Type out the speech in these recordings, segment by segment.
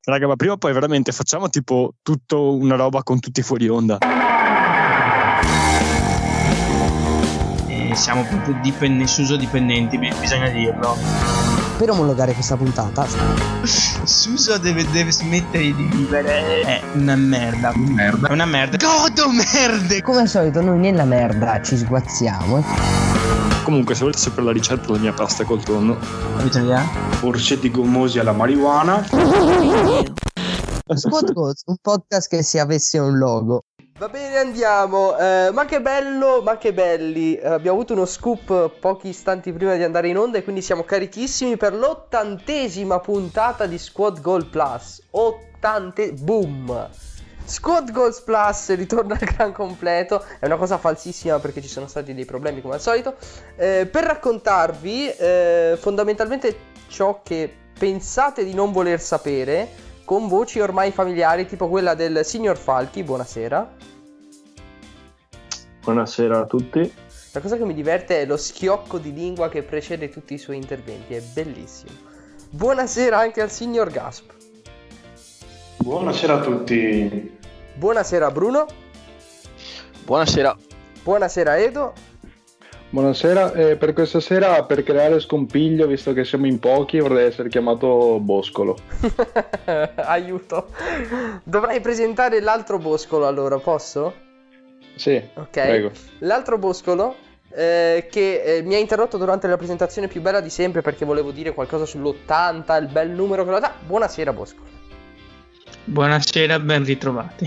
Raga, ma prima o poi veramente facciamo tipo tutto una roba con tutti fuori onda. Siamo proprio Suso dipendenti, bisogna dirlo. Per omologare questa puntata, Suso deve smettere di vivere. È una merda. È una merda. Godo merde! come al solito, noi nella merda ci sguazziamo. Comunque, se volete sapere la ricetta della mia pasta col tonno, Avete un'idea? Orsetti gommosi alla marijuana. Squad Goals, un podcast che se avesse un logo. Va bene, andiamo. Ma che bello, ma che belli. Abbiamo avuto uno scoop pochi istanti prima di andare in onda e quindi siamo carichissimi per l'80ª puntata di Squad Goal Plus. Boom! Squad Goals Plus ritorna al gran completo. È una cosa falsissima perché ci sono stati dei problemi come al solito. Per raccontarvi fondamentalmente ciò che pensate di non voler sapere, con voci ormai familiari, tipo quella del signor Falchi. Buonasera. Buonasera a tutti. La cosa che mi diverte è lo schiocco di lingua che precede tutti i suoi interventi, è bellissimo. Buonasera anche al signor Gasp. Buonasera a tutti. Buonasera Bruno. Buonasera. Buonasera Edo. Buonasera, per questa sera, per creare scompiglio, visto che siamo in pochi, vorrei essere chiamato Boscolo. Aiuto. Dovrai presentare l'altro Boscolo allora, posso? Sì, Ok. prego. L'altro Boscolo che mi ha interrotto durante la presentazione più bella di sempre perché volevo dire qualcosa sull'80, il bel numero che lo dà. Buonasera Boscolo. Buonasera, ben ritrovati.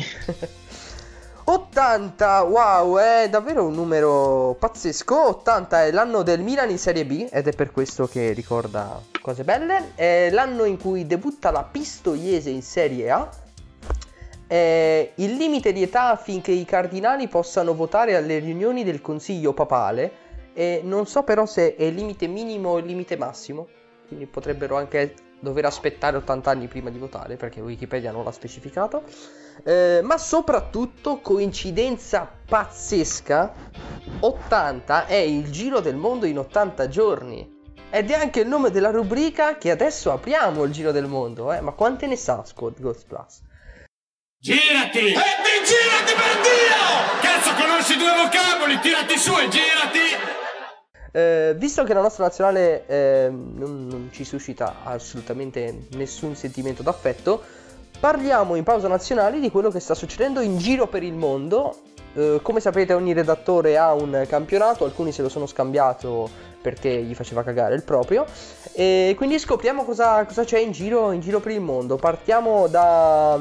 80, wow, è davvero un numero pazzesco. 80 è l'anno del Milan in Serie B ed è per questo che ricorda cose belle. È l'anno in cui debutta la Pistoiese in Serie A. È il limite di età affinché i cardinali possano votare alle riunioni del Consiglio Papale. E non so però se è il limite minimo o il limite massimo. Quindi potrebbero anche dover aspettare 80 anni prima di votare, perché Wikipedia non l'ha specificato. Ma soprattutto, coincidenza pazzesca, 80 è il giro del mondo in 80 giorni. Ed è anche il nome della rubrica che adesso apriamo, il giro del mondo. Ma quante ne sa Squad Goals Plus? Girati! Girati per Dio! Cazzo, conosci due vocaboli, tirati su e girati! Visto che la nostra nazionale non ci suscita assolutamente nessun sentimento d'affetto, parliamo in pausa nazionali di quello che sta succedendo in giro per il mondo. Come sapete, ogni redattore ha un campionato, alcuni se lo sono scambiato perché gli faceva cagare il proprio, e quindi scopriamo cosa c'è in giro per il mondo. Partiamo da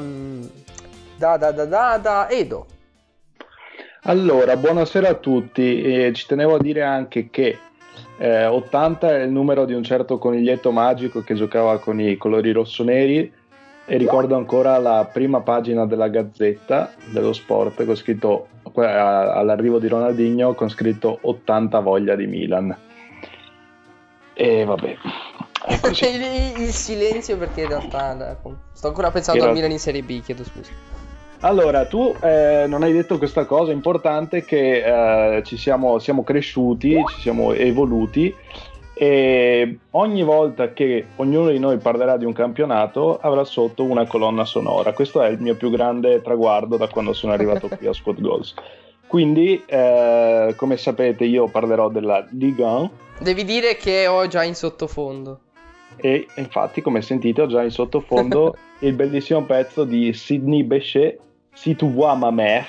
Edo. Allora, buonasera a tutti. Ci tenevo a dire anche che 80 è il numero di un certo coniglietto magico che giocava con i colori rossoneri, e ricordo ancora la prima pagina della Gazzetta dello Sport con scritto, all'arrivo di Ronaldinho, con scritto 80 voglia di Milan. E vabbè, è così. il silenzio, perché in realtà sto ancora pensando al Milan in Serie B, chiedo scusa. Allora, tu non hai detto questa cosa importante, che siamo cresciuti, ci siamo evoluti, e ogni volta che ognuno di noi parlerà di un campionato avrà sotto una colonna sonora. Questo è il mio più grande traguardo da quando sono arrivato qui a Squad Goals. Quindi, come sapete, io parlerò della Ligue 1. Devi dire che ho già in sottofondo. E infatti, come sentite, ho già in sottofondo il bellissimo pezzo di Sidney Bechet, Si tu vois ma mère,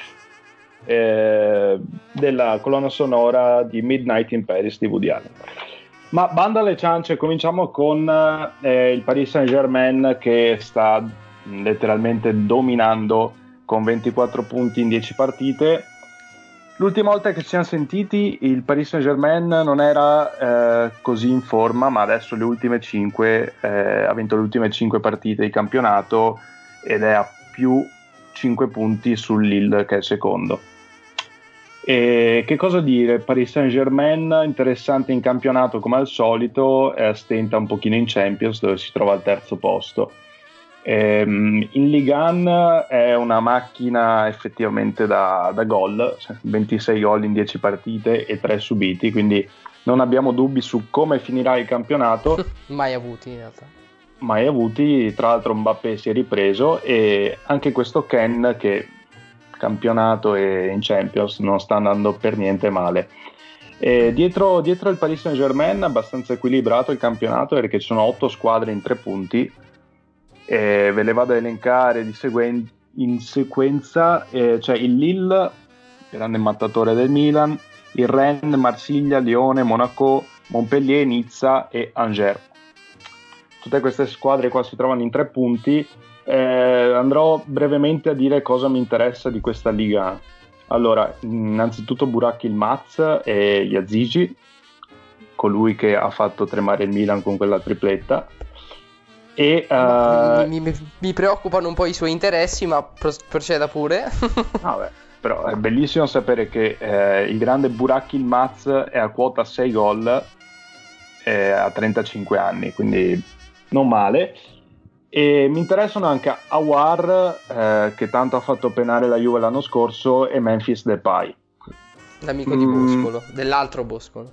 della colonna sonora di Midnight in Paris di Woody Allen. Ma bando alle ciance, cominciamo con il Paris Saint-Germain, che sta letteralmente dominando con 24 punti in 10 partite. L'ultima volta che ci siamo sentiti il Paris Saint-Germain non era così in forma, ma adesso le ultime 5 ha vinto le ultime 5 partite di campionato ed è a più 5 punti sul Lille, che è il secondo. E che cosa dire? Paris Saint-Germain interessante in campionato come al solito, stenta un pochino in Champions dove si trova al terzo posto. In Ligue 1 è una macchina effettivamente da gol, 26 gol in 10 partite e 3 subiti, quindi non abbiamo dubbi su come finirà il campionato. Mai avuti in realtà. mai avuti. Tra l'altro Mbappé si è ripreso, e anche questo Ken, che campionato e in Champions non sta andando per niente male. E dietro il Paris Saint-Germain abbastanza equilibrato il campionato, perché ci sono 8 squadre in 3 punti, e ve le vado a elencare in sequenza. C'è il Lille, grande mattatore del Milan, il Rennes, Marsiglia, Lione, Monaco, Montpellier, Nizza e Angers. Tutte queste squadre qua si trovano in 3 punti. Andrò brevemente a dire cosa mi interessa di questa Liga. Allora, innanzitutto Burak Yilmaz e Yazici, colui che ha fatto tremare il Milan con quella tripletta. E mi preoccupano un po' i suoi interessi, ma proceda pure. Vabbè, però è bellissimo sapere che il grande Burak Yilmaz è a quota 6 gol a 35 anni, quindi non male. E mi interessano anche Aouar, che tanto ha fatto penare la Juve l'anno scorso, e Memphis Depay, l'amico di Boscolo, dell'altro Boscolo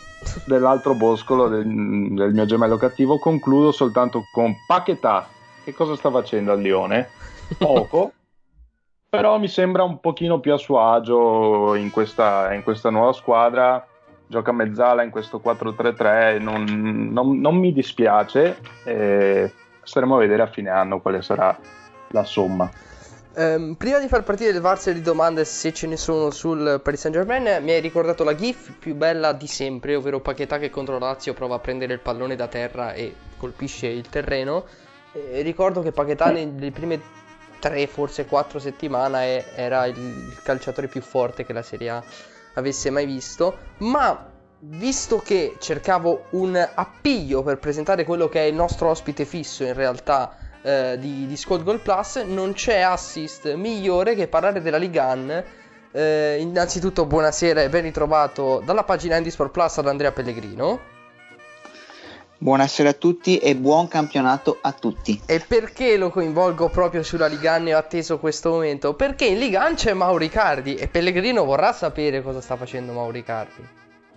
del mio gemello cattivo. Concludo soltanto con Paquetá. Che cosa sta facendo al Lione? Poco. Però mi sembra un pochino più a suo agio in questa nuova squadra. Gioca a mezzala in questo 4-3-3, non mi dispiace. Staremo a vedere a fine anno quale sarà la somma. Prima di far partire le valse di domande, se ce ne sono, sul Paris Saint-Germain, mi hai ricordato la gif più bella di sempre, ovvero Paquetá che contro Lazio prova a prendere il pallone da terra e colpisce il terreno. Ricordo che Paquetá nelle prime 3, forse 4 settimane era il calciatore più forte che la Serie A avesse mai visto, ma visto che cercavo un appiglio per presentare quello che è il nostro ospite fisso in realtà di Squad Goal Plus, non c'è assist migliore che parlare della Ligue 1. Innanzitutto buonasera e ben ritrovato dalla pagina Indie Sport Plus ad Andrea Pellegrino. Buonasera a tutti e buon campionato a tutti. E perché lo coinvolgo proprio sulla Ligue 1 e ho atteso questo momento? Perché in Ligue 1 c'è Mauro Icardi e Pellegrino vorrà sapere cosa sta facendo Mauro Icardi.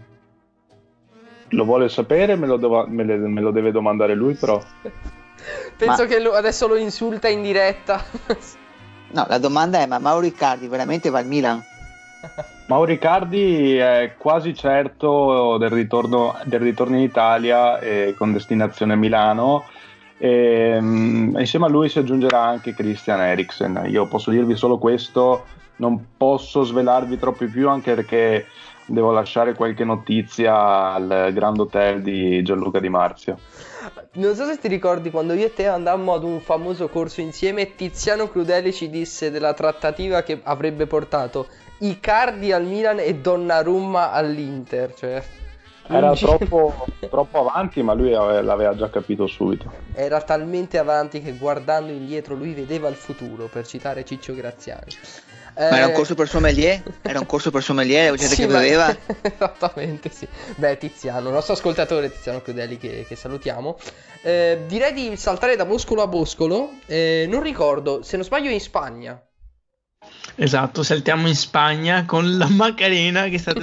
Lo vuole sapere, me lo deve domandare lui, però. Penso che adesso lo insulta in diretta. No, la domanda è: ma Mauro Icardi veramente va al Milan? Mauro Icardi è quasi certo del ritorno in Italia, con destinazione a Milano. Insieme a lui si aggiungerà anche Christian Eriksen. Io posso dirvi solo questo, non posso svelarvi troppo di più, anche perché devo lasciare qualche notizia al Grand Hotel di Gianluca Di Marzio. Non so se ti ricordi quando io e te andammo ad un famoso corso insieme, Tiziano Crudeli ci disse della trattativa che avrebbe portato Icardi al Milan e Donnarumma all'Inter, cioè era troppo avanti, ma lui l'aveva già capito subito. Era talmente avanti che guardando indietro lui vedeva il futuro, per citare Ciccio Graziani. Ma era un corso per sommelier? Era un corso per sommelier, gente sì, che beveva? Esattamente, sì. Beh, Tiziano, nostro ascoltatore Tiziano Crudeli che salutiamo. Direi di saltare da Boscolo a Boscolo. Non ricordo, se non sbaglio è in Spagna. Esatto, saltiamo in Spagna con la Macarena che è stata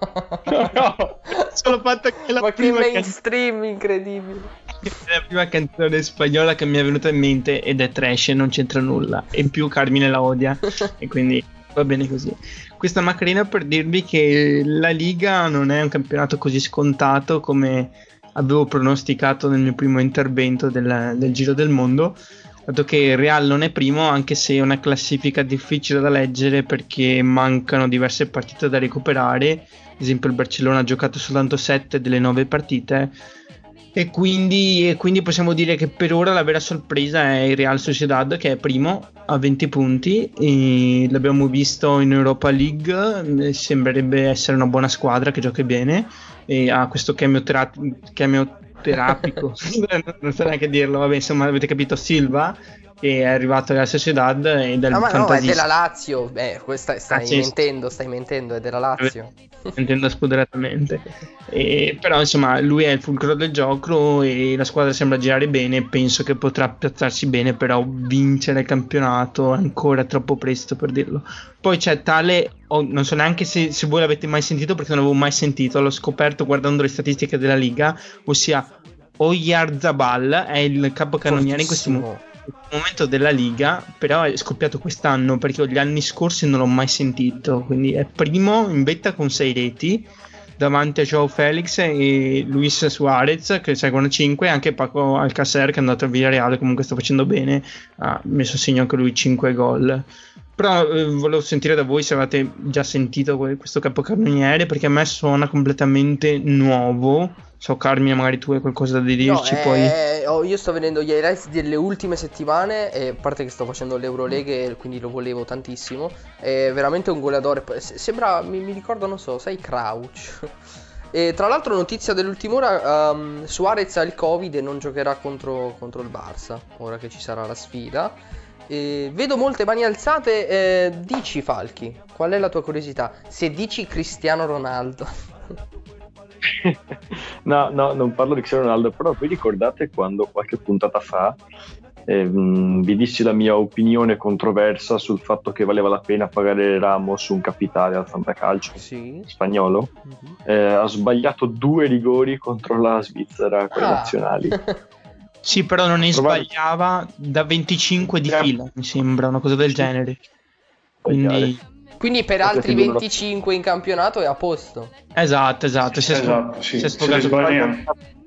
solo fatto che la prima mainstream incredibile. È la prima canzone spagnola che mi è venuta in mente ed è trash e non c'entra nulla, e in più Carmine la odia e quindi va bene così. Questa Macarena per dirvi che la Liga non è un campionato così scontato come avevo pronosticato nel mio primo intervento del Giro del Mondo, dato che il Real non è primo, anche se è una classifica difficile da leggere perché mancano diverse partite da recuperare. Ad esempio il Barcellona ha giocato soltanto 7 delle 9 partite e quindi possiamo dire che per ora la vera sorpresa è il Real Sociedad, che è primo a 20 punti e l'abbiamo visto in Europa League, sembrerebbe essere una buona squadra che gioca bene e ha questo terapico non so neanche dirlo, vabbè, insomma avete capito, Silva, che è arrivato alla Sociedad e dal no, è della Lazio. Questa stai mentendo, è della Lazio. Mentendo spudoratamente. Però insomma lui è il fulcro del gioco e la squadra sembra girare bene, penso che potrà piazzarsi bene, però vincere il campionato è ancora troppo presto per dirlo. Poi c'è tale, non so neanche se voi l'avete mai sentito, perché non l'avevo mai sentito, l'ho scoperto guardando le statistiche della Liga, ossia Oyarzabal è il capocannoniere in questo momento della Liga, però è scoppiato quest'anno perché gli anni scorsi non l'ho mai sentito, quindi è primo in vetta con 6 reti davanti a Joao Felix e Luis Suarez che seguono 5, anche Paco Alcacer che è andato a Villarreal, comunque sta facendo bene, ha messo a segno anche lui 5 gol. Però volevo sentire da voi se avete già sentito questo capocannoniere, perché a me suona completamente nuovo. So, Carmine, magari tu hai qualcosa da dirci. Io sto vedendo gli highlights delle ultime settimane, e a parte che sto facendo l'Euroleague e quindi lo volevo tantissimo. È veramente un goleadore. Sembra, mi ricordo, non so, sai, Crouch. E tra l'altro, notizia dell'ultima ora, Suarez ha il Covid e non giocherà contro il Barça, ora che ci sarà la sfida. Vedo molte mani alzate. Dici, Falchi, qual è la tua curiosità? Se dici Cristiano Ronaldo. No, non parlo di Cristiano Ronaldo, però vi ricordate quando qualche puntata fa vi dissi la mia opinione controversa sul fatto che valeva la pena pagare Ramos un capitale al Fantacalcio spagnolo? Ha sbagliato 2 rigori contro la Svizzera con le nazionali. Sì, però non ne sbagliava da 25 di fila, mi sembra, una cosa del genere. Quindi per altri 25 in campionato è a posto. Esatto. Si è sfogato.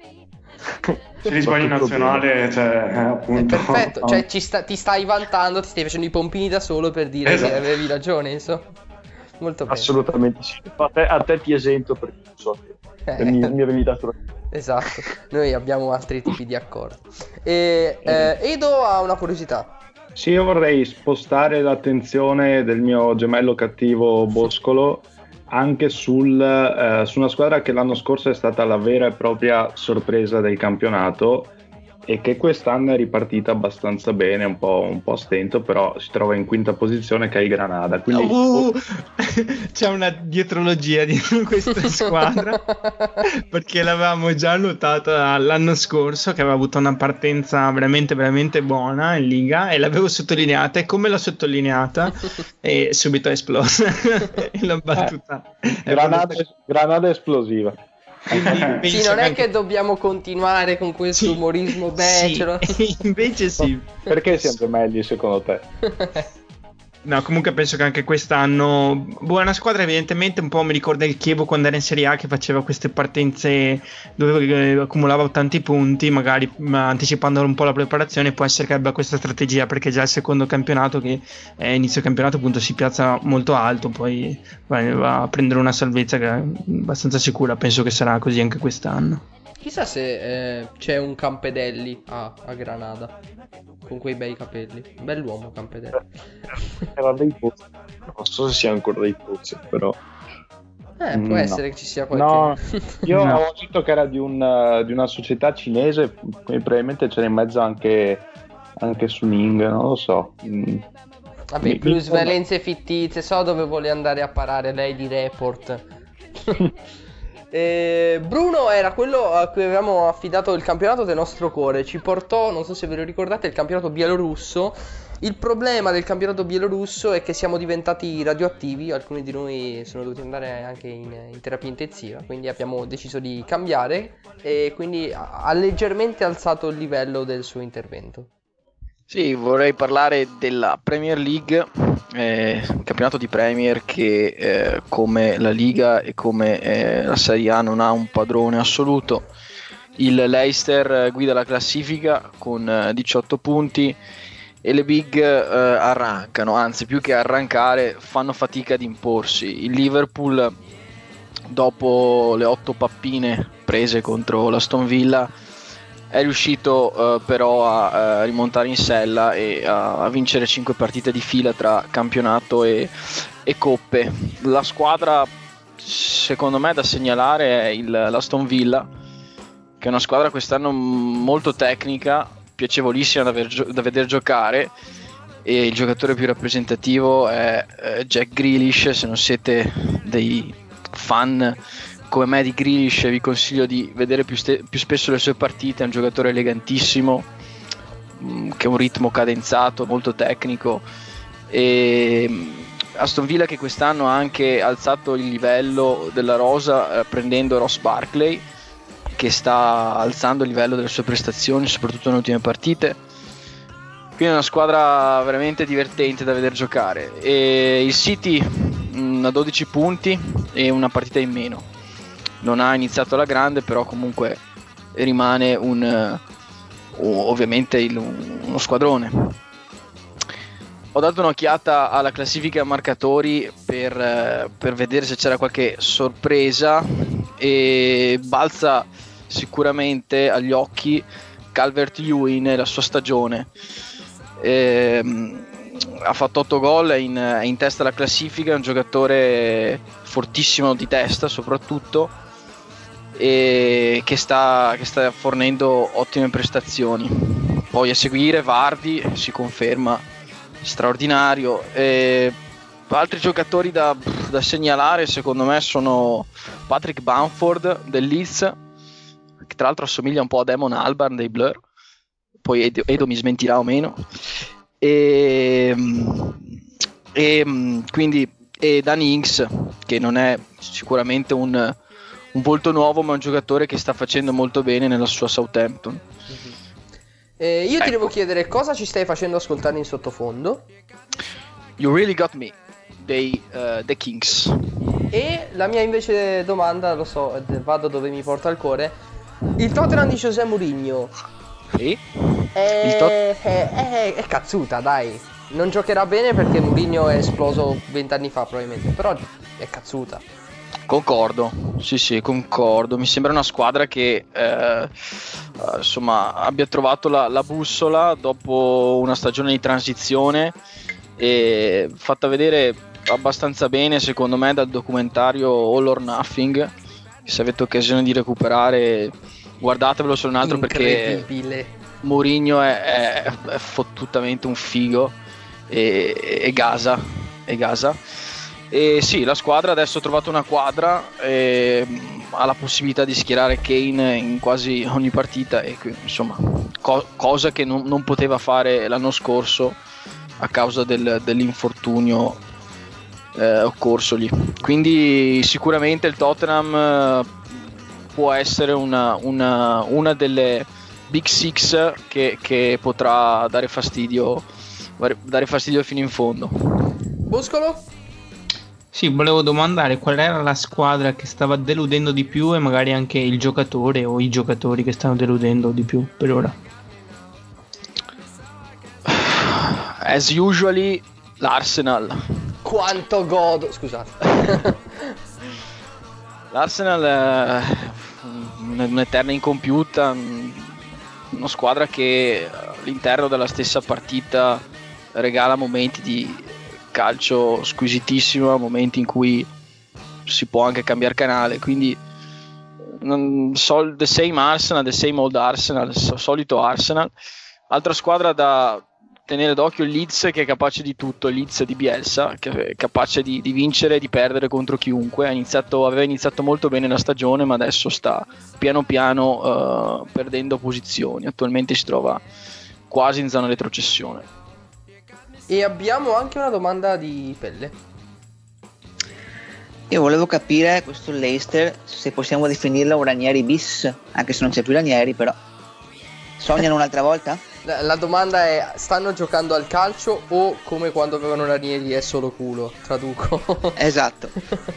Se li sbagli in nazionale, cioè, appunto. È perfetto, cioè ti stai vantando, ti stai facendo i pompini da solo per dire che avevi ragione, insomma. Molto bene. Assolutamente sì. A te ti esento perché non so che mi avevi dato. Esatto, noi abbiamo altri tipi di accordi. Edo ha una curiosità. Sì, io vorrei spostare l'attenzione del mio gemello cattivo Boscolo anche su una squadra che l'anno scorso è stata la vera e propria sorpresa del campionato e che quest'anno è ripartita abbastanza bene, un po' a stento, però si trova in quinta posizione, che è il Granada. Quindi c'è una dietrologia di questa squadra perché l'avevamo già notata l'anno scorso che aveva avuto una partenza veramente veramente buona in Liga e l'avevo sottolineata, e come l'ho sottolineata e subito è esplosa e l'ho battuta. Granada esplosiva. Sì, non è che dobbiamo continuare con questo umorismo becero. Sì, invece sì. Perché siamo gemelli secondo te? No, comunque penso che anche quest'anno buona squadra, evidentemente un po' mi ricorda il Chievo quando era in Serie A, che faceva queste partenze dove accumulava tanti punti, magari anticipando un po' la preparazione. Può essere che abbia questa strategia, perché già il secondo campionato, che è inizio campionato, appunto si piazza molto alto, poi va a prendere una salvezza che è abbastanza sicura. Penso che sarà così anche quest'anno. Chissà se c'è un Campedelli a Granada con quei bei capelli. Bell'uomo Campedelli. Era dei pozzi. Non so se sia ancora dei pozzi, però può essere che ci sia qualche. No, io ho detto che era di una società cinese, quindi probabilmente c'era in mezzo anche Suning, non lo so. Vabbè, plusvalenze fittizie, so dove vuole andare a parare lei di Report. Bruno era quello a cui avevamo affidato il campionato del nostro cuore. Ci portò, non so se ve lo ricordate, il campionato bielorusso. Il problema del campionato bielorusso è che siamo diventati radioattivi. Alcuni di noi sono dovuti andare anche in terapia intensiva, quindi abbiamo deciso di cambiare, e quindi ha leggermente alzato il livello del suo intervento. Sì, vorrei parlare della Premier League, un campionato di Premier che come la Liga e come la Serie A non ha un padrone assoluto. Il Leicester guida la classifica con 18 punti e le big arrancano, anzi più che arrancare fanno fatica ad imporsi. Il Liverpool, dopo le 8 pappine prese contro l'Aston Villa, è riuscito però a rimontare in sella e a vincere 5 partite di fila tra campionato e coppe. La squadra secondo me da segnalare è l'Aston Villa, che è una squadra quest'anno molto tecnica, piacevolissima da vedere giocare, e il giocatore più rappresentativo è Jack Grealish. Se non siete dei fan come me di Grealish, vi consiglio di vedere più spesso le sue partite. È un giocatore elegantissimo, che ha un ritmo cadenzato, molto tecnico, e Aston Villa che quest'anno ha anche alzato il livello della rosa prendendo Ross Barkley, che sta alzando il livello delle sue prestazioni, soprattutto nelle ultime partite. Quindi è una squadra veramente divertente da vedere giocare. E il City a 12 punti e una partita in meno. Non ha iniziato alla grande, però comunque rimane ovviamente uno squadrone. Ho dato un'occhiata alla classifica marcatori per vedere se c'era qualche sorpresa, e balza sicuramente agli occhi Calvert-Lewin e la sua stagione. Ha fatto 8 gol, è in testa alla classifica, è un giocatore fortissimo di testa soprattutto, e che sta fornendo ottime prestazioni. Poi a seguire Vardy, si conferma straordinario. Altri giocatori da segnalare secondo me sono Patrick Bamford del Leeds, che tra l'altro assomiglia un po' a Damon Albarn dei Blur, poi Edo mi smentirà o meno, e Danny Ings, che non è sicuramente un volto nuovo, ma un giocatore che sta facendo molto bene nella sua Southampton. Io ti devo chiedere cosa ci stai facendo ascoltare in sottofondo. You Really Got Me dei The Kings. E la mia invece domanda, lo so, vado dove mi porta il cuore. Il Tottenham di José Mourinho è cazzuta, dai. Non giocherà bene perché Mourinho è esploso 20 anni fa probabilmente, però è cazzuta. Concordo, sì, concordo. Mi sembra una squadra che insomma abbia trovato la bussola dopo una stagione di transizione, e fatta vedere abbastanza bene secondo me dal documentario All or Nothing, che se avete occasione di recuperare guardatevelo, se non altro perché Mourinho è fottutamente un figo e gasa. E sì, la squadra adesso ha trovato una quadra, ha la possibilità di schierare Kane in quasi ogni partita, e insomma cosa che non poteva fare l'anno scorso a causa dell'infortunio occorsogli. Quindi sicuramente il Tottenham può essere una delle Big Six che potrà dare fastidio fino in fondo. Boscolo? Sì, volevo domandare qual era la squadra che stava deludendo di più, e magari anche il giocatore o i giocatori che stanno deludendo di più per ora. As usually l'Arsenal. Quanto godo, scusate. L'Arsenal è un'eterna incompiuta, una squadra che all'interno della stessa partita regala momenti di calcio squisitissimo, momenti in cui si può anche cambiare canale, quindi the same Arsenal, the same old Arsenal, solito Arsenal. Altra squadra da tenere d'occhio il Leeds, che è capace di tutto, il Leeds di Bielsa, che è capace di vincere e di perdere contro chiunque. Aveva iniziato molto bene la stagione, ma adesso sta piano piano perdendo posizioni, attualmente si trova quasi in zona retrocessione. E abbiamo anche una domanda di Pelle. Io volevo capire questo Leicester, se possiamo definirlo un Ranieri bis, anche se non c'è più Ranieri, però sognano un'altra volta? La domanda è: stanno giocando al calcio o come quando avevano Ranieri è solo culo? Traduco. Esatto.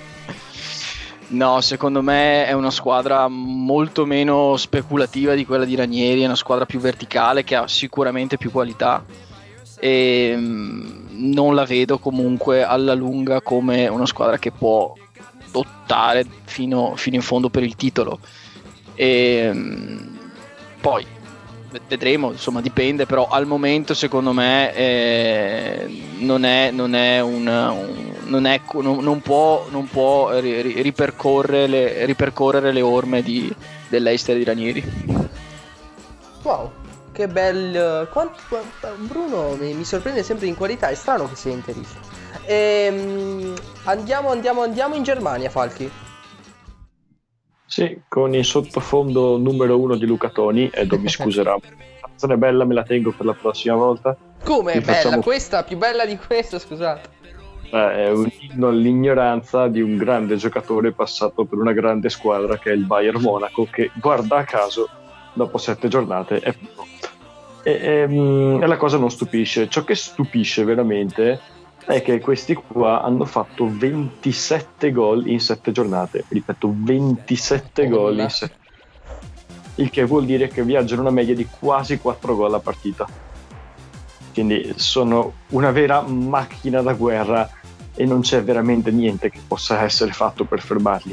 No, secondo me è una squadra molto meno speculativa di quella di Ranieri, è una squadra più verticale che ha sicuramente più qualità, e non la vedo comunque alla lunga come una squadra che può lottare fino in fondo per il titolo. E poi vedremo, insomma dipende, però al momento secondo me non può ripercorrere le orme dell'Leicester di Ranieri. Wow, che bel Bruno mi sorprende sempre in qualità, è strano che sia interista. Andiamo in Germania, Falchi. Sì, con il sottofondo numero 1 di Luca Toni, Edo mi scuserà. La canzone bella me la tengo per la prossima volta. Come è bella? Facciamo... Questa più bella di questa, scusate. È un inno all'ignoranza di un grande giocatore passato per una grande squadra che è il Bayern Monaco, che guarda caso dopo 7 giornate è primo. E la cosa non stupisce. Ciò che stupisce veramente è che questi qua hanno fatto 27 gol in 7 giornate. Ripeto, 27 gol in 7. Il che vuol dire che viaggiano una media di quasi 4 gol a partita. Quindi sono una vera macchina da guerra e non c'è veramente niente che possa essere fatto per fermarli.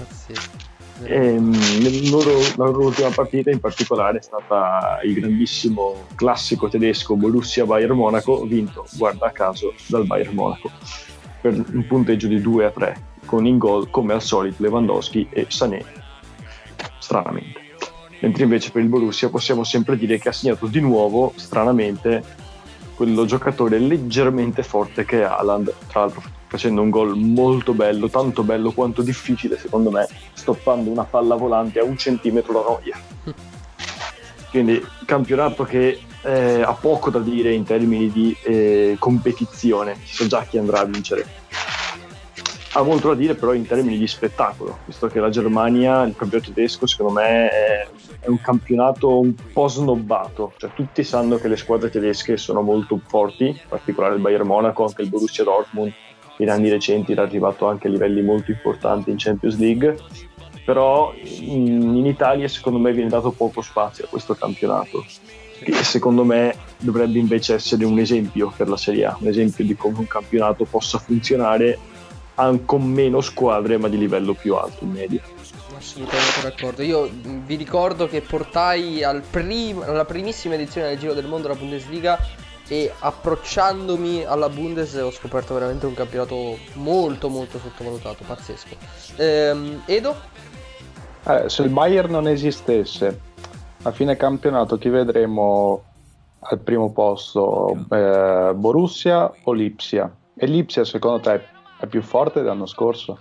La loro ultima partita in particolare è stata il grandissimo classico tedesco Borussia-Bayern Monaco, vinto, guarda caso, dal Bayern Monaco per un punteggio di 2-3, con in gol come al solito Lewandowski e Sané, stranamente. Mentre invece per il Borussia possiamo sempre dire che ha segnato di nuovo, stranamente, quello giocatore leggermente forte che è Haaland, tra l'altro facendo un gol molto bello, tanto bello quanto difficile secondo me, stoppando una palla volante a 1 centimetro da noia. Quindi campionato che ha poco da dire in termini di competizione, si sa già chi andrà a vincere. Ha molto da dire però in termini di spettacolo, visto che la Germania, il campionato tedesco, secondo me è un campionato un po' snobbato, cioè tutti sanno che le squadre tedesche sono molto forti, in particolare il Bayern Monaco, anche il Borussia Dortmund in anni recenti era arrivato anche a livelli molto importanti in Champions League, però in Italia secondo me viene dato poco spazio a questo campionato, che secondo me dovrebbe invece essere un esempio per la Serie A, un esempio di come un campionato possa funzionare con meno squadre ma di livello più alto in media. Assolutamente d'accordo. Io vi ricordo che portai alla primissima edizione del Giro del Mondo della Bundesliga e approcciandomi alla Bundes ho scoperto veramente un campionato molto molto sottovalutato, pazzesco. Edo? Se il Bayern non esistesse, a fine campionato chi vedremo al primo posto? Borussia o Lipsia? E Lipsia secondo te è più forte dell'anno scorso?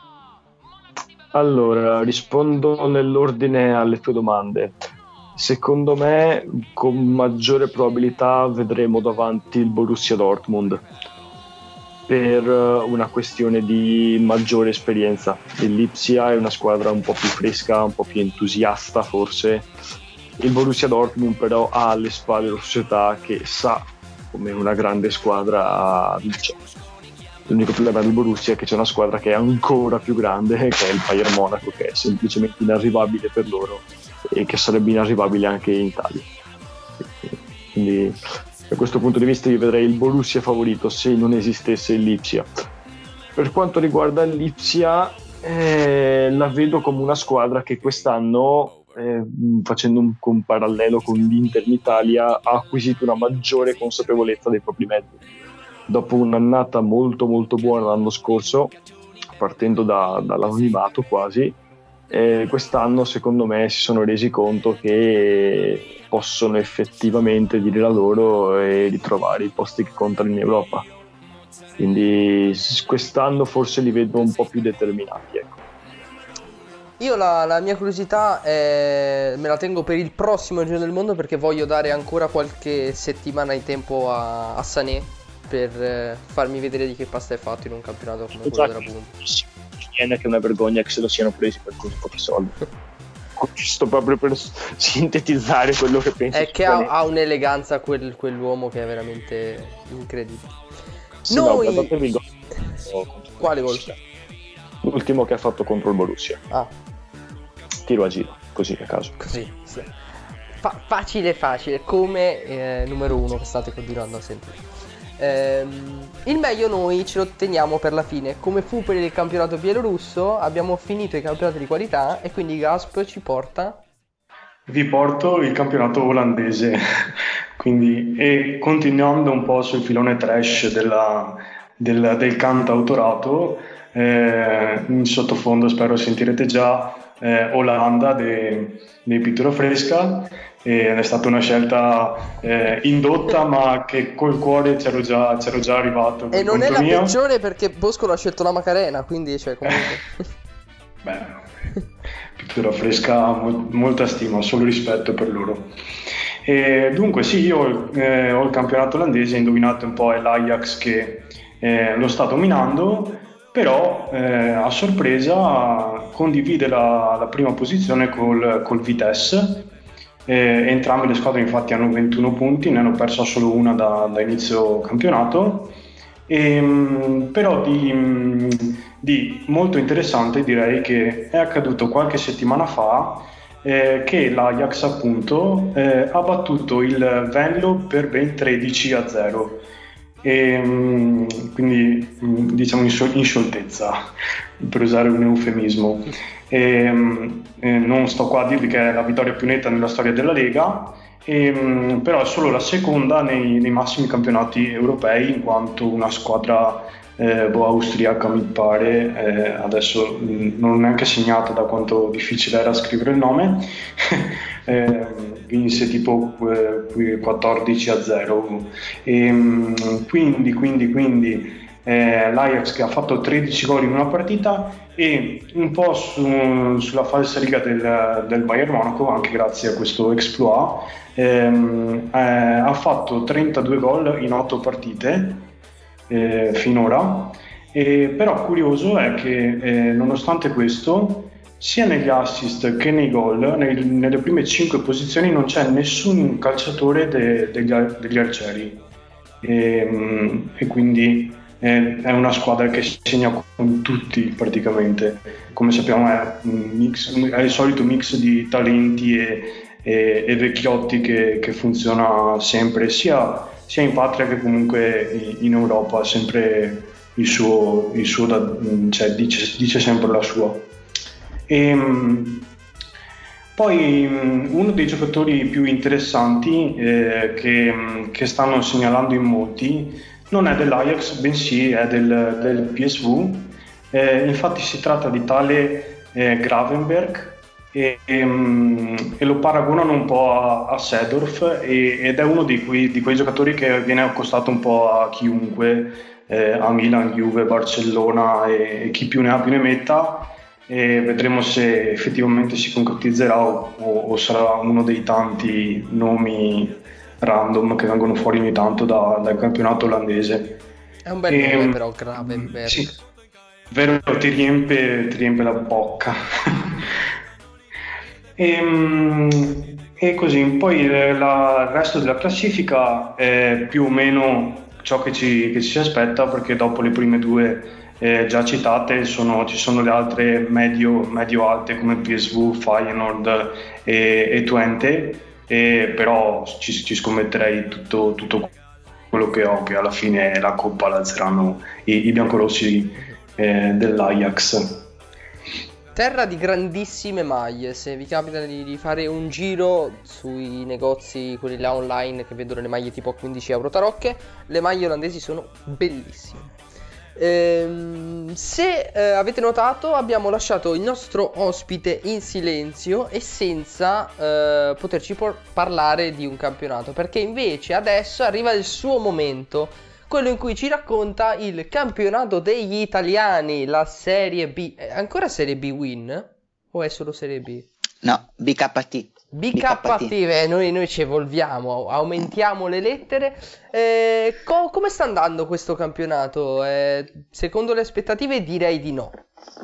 Allora, rispondo nell'ordine alle tue domande. Secondo me, con maggiore probabilità vedremo davanti il Borussia Dortmund per una questione di maggiore esperienza. Il Lipsia è una squadra un po' più fresca, un po' più entusiasta forse. Il Borussia Dortmund però ha alle spalle una società che sa come una grande squadra vince. L'unico problema del Borussia è che c'è una squadra che è ancora più grande, che è il Bayern Monaco, che è semplicemente inarrivabile per loro e che sarebbe inarrivabile anche in Italia. Quindi da questo punto di vista io vedrei il Borussia favorito se non esistesse il Lipsia. Per quanto riguarda il Lipsia, la vedo come una squadra che quest'anno, facendo un parallelo con l'Inter in Italia, ha acquisito una maggiore consapevolezza dei propri mezzi. Dopo un'annata molto molto buona l'anno scorso, partendo dall'anonimato quasi, quest'anno secondo me si sono resi conto che possono effettivamente dire la loro e ritrovare i posti che contano in Europa. Quindi quest'anno forse li vedo un po' più determinati, ecco. Io la mia curiosità me la tengo per il prossimo Giro del Mondo, perché voglio dare ancora qualche settimana di tempo a Sané per farmi vedere di che pasta è fatto in un campionato come quello della Bundesliga. Che è una vergogna che se lo siano presi per così pochi soldi. Giusto proprio per sintetizzare quello che penso. È che ha un'eleganza quell'uomo che è veramente incredibile. Sì, Noi... Quale gol? L'ultimo che ha fatto contro il Borussia. Tiro a giro, così a caso. Così, sì. Facile, come numero 1 che state continuando a sentire. Il meglio noi ce lo teniamo per la fine. Come fu per il campionato bielorusso, abbiamo finito i campionati di qualità e quindi Gasp ci porta. Vi porto il campionato olandese. Quindi, e continuando un po' sul filone trash del cantautorato, in sottofondo spero sentirete già Olanda dei Pittura Fresca. È stata una scelta indotta, ma che col cuore c'ero già arrivato. E non è la peggiore, perché Bosco ha scelto la Macarena, quindi cioè comunque. Beh, Pittura Fresca, molta stima, solo rispetto per loro. E dunque sì, io ho il campionato olandese, indovinate un po', è l'Ajax che lo sta dominando, però a sorpresa condivide la prima posizione col Vitesse. Entrambe le squadre infatti hanno 21 punti, ne hanno persa solo una da inizio campionato. Però di molto interessante direi che è accaduto qualche settimana fa che l'Ajax appunto ha battuto il Venlo per ben 13-0, quindi diciamo in scioltezza, per usare un eufemismo. Non sto qua a dirvi che è la vittoria più netta nella storia della Lega, però è solo la seconda nei massimi campionati europei, in quanto una squadra austriaca, mi pare, adesso non ho neanche segnato da quanto difficile era scrivere il nome, vinse tipo 14-0, quindi l'Ajax che ha fatfatto 13 gol in una partita, e un po' sulla falsariga del Bayern Monaco, anche grazie a questo exploit, ha fatto 32 gol in 8 partite finora, però curioso è che nonostante questo, sia negli assist che nei gol, nelle prime 5 posizioni non c'è nessun calciatore degli arcieri, e quindi è una squadra che segna con tutti praticamente. Come sappiamo è il solito mix di talenti e vecchiotti che funziona sempre, sia in patria che comunque in Europa, sempre il suo cioè dice sempre la sua. Poi uno dei giocatori più interessanti che stanno segnalando in molti non è dell'Ajax, bensì è del PSV. Infatti si tratta di tale Gravenberch, e lo paragonano un po' a Seedorf, ed è uno di quei giocatori che viene accostato un po' a chiunque, a Milan, Juve, Barcellona e chi più ne ha più ne metta, e vedremo se effettivamente si concretizzerà o sarà uno dei tanti nomi random che vengono fuori ogni tanto dal campionato olandese. È un bel nome però, Gravenberch. Sì, vero, ti riempie la bocca. E così poi il resto della classifica è più o meno ciò che ci si aspetta, perché dopo le prime due già citate ci sono le altre medio alte come PSV, Feyenoord e Twente. Però ci scommetterei tutto quello che ho, che alla fine la coppa la alzeranno i biancorossi dell'Ajax. Terra di grandissime maglie. Se vi capita di fare un giro sui negozi, quelli là online che vedono le maglie tipo a 15 euro tarocche, le maglie olandesi sono bellissime. Se avete notato, abbiamo lasciato il nostro ospite in silenzio e senza poterci parlare di un campionato, perché invece adesso arriva il suo momento, quello in cui ci racconta il campionato degli italiani, la Serie B. Ancora Serie B Win? O è solo Serie B? No, BKT. BKT, noi ci evolviamo, aumentiamo le lettere. Come sta andando questo campionato? Secondo le aspettative direi di no.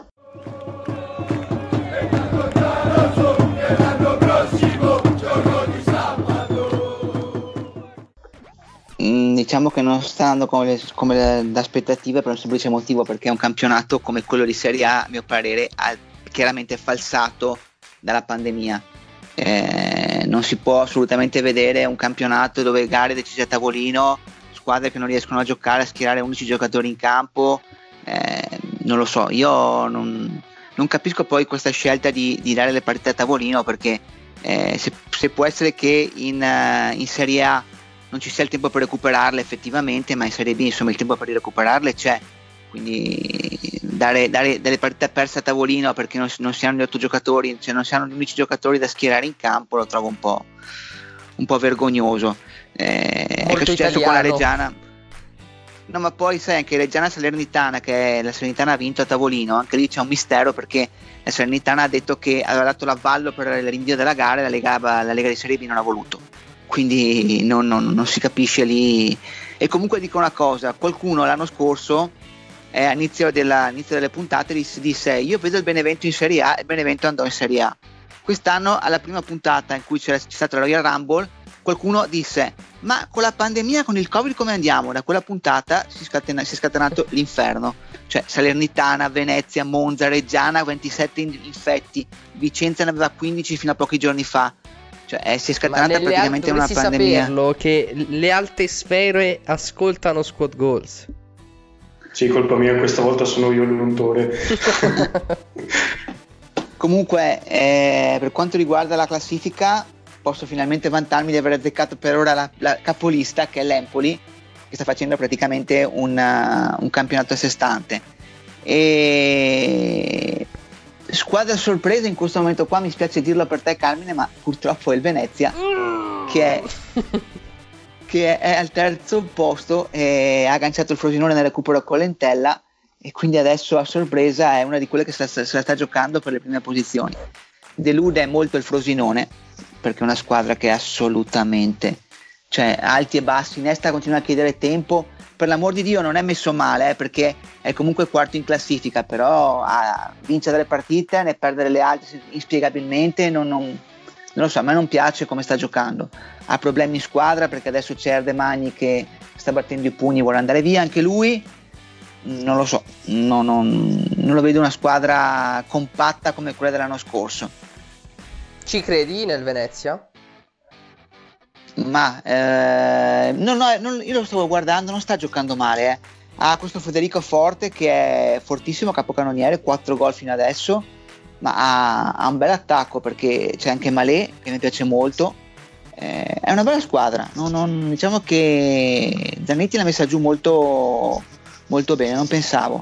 Diciamo che non sta andando come le aspettative, per un semplice motivo, perché è un campionato come quello di Serie A, a mio parere, ha chiaramente falsato dalla pandemia. Non si può assolutamente vedere un campionato dove gare decise a tavolino, squadre che non riescono a giocare, a schierare 11 giocatori in campo. Non lo so, io non capisco poi questa scelta di dare le partite a tavolino, perché se può essere che in Serie A non ci sia il tempo per recuperarle effettivamente, ma in Serie B insomma il tempo per recuperarle c'è, quindi dare delle partite perse a tavolino perché non si hanno gli 8 giocatori, cioè non si hanno gli unici giocatori da schierare in campo, lo trovo un po' vergognoso. È successo con la Reggiana. No, ma poi sai anche Reggiana Salernitana, che la Salernitana ha vinto a tavolino, anche lì c'è un mistero, perché la Salernitana ha detto che aveva dato l'avvallo per il rinvio della gara e la Lega di Serie B non ha voluto. quindi non si capisce lì. E comunque dico una cosa, qualcuno l'anno scorso all'inizio delle puntate disse io vedo il Benevento in Serie A e il Benevento andò in Serie A. Quest'anno alla prima puntata in cui c'è stato la Royal Rumble qualcuno disse ma con la pandemia, con il Covid come andiamo? Da quella puntata si è scatenato l'inferno, cioè Salernitana, Venezia, Monza, Reggiana 27 infetti, Vicenza ne aveva 15 fino a pochi giorni fa, cioè si è scatenata praticamente una pandemia. Saperlo che le alte sfere ascoltano Squad Goals. Sì, colpa mia, questa volta sono io l'untore. Comunque per quanto riguarda la classifica posso finalmente vantarmi di aver azzeccato per ora la capolista, che è l'Empoli, che sta facendo praticamente un campionato a sé stante. E squadra sorpresa in questo momento qua, mi spiace dirlo per te Carmine, ma purtroppo è il Venezia che è al terzo posto e ha agganciato il Frosinone nel recupero con Lentella, e quindi adesso a sorpresa è una di quelle che se la sta giocando per le prime posizioni. Delude molto il Frosinone perché è una squadra che è assolutamente, cioè alti e bassi, Nesta continua a chiedere tempo, per l'amor di Dio non è messo male perché è comunque quarto in classifica, però vince delle partite, ne perde delle altre inspiegabilmente, non lo so, a me non piace come sta giocando, ha problemi in squadra perché adesso c'è Ardemagni che sta battendo i pugni, vuole andare via anche lui, non lo so, non lo vedo una squadra compatta come quella dell'anno scorso. Ci credi nel Venezia? Ma io lo stavo guardando, non sta giocando male. Ha questo Federico Forte che è fortissimo, capocannoniere, 4 gol fino adesso, ma ha un bel attacco perché c'è anche Malé che mi piace molto. È una bella squadra, diciamo che Zanetti l'ha messa giù molto, molto bene, non pensavo.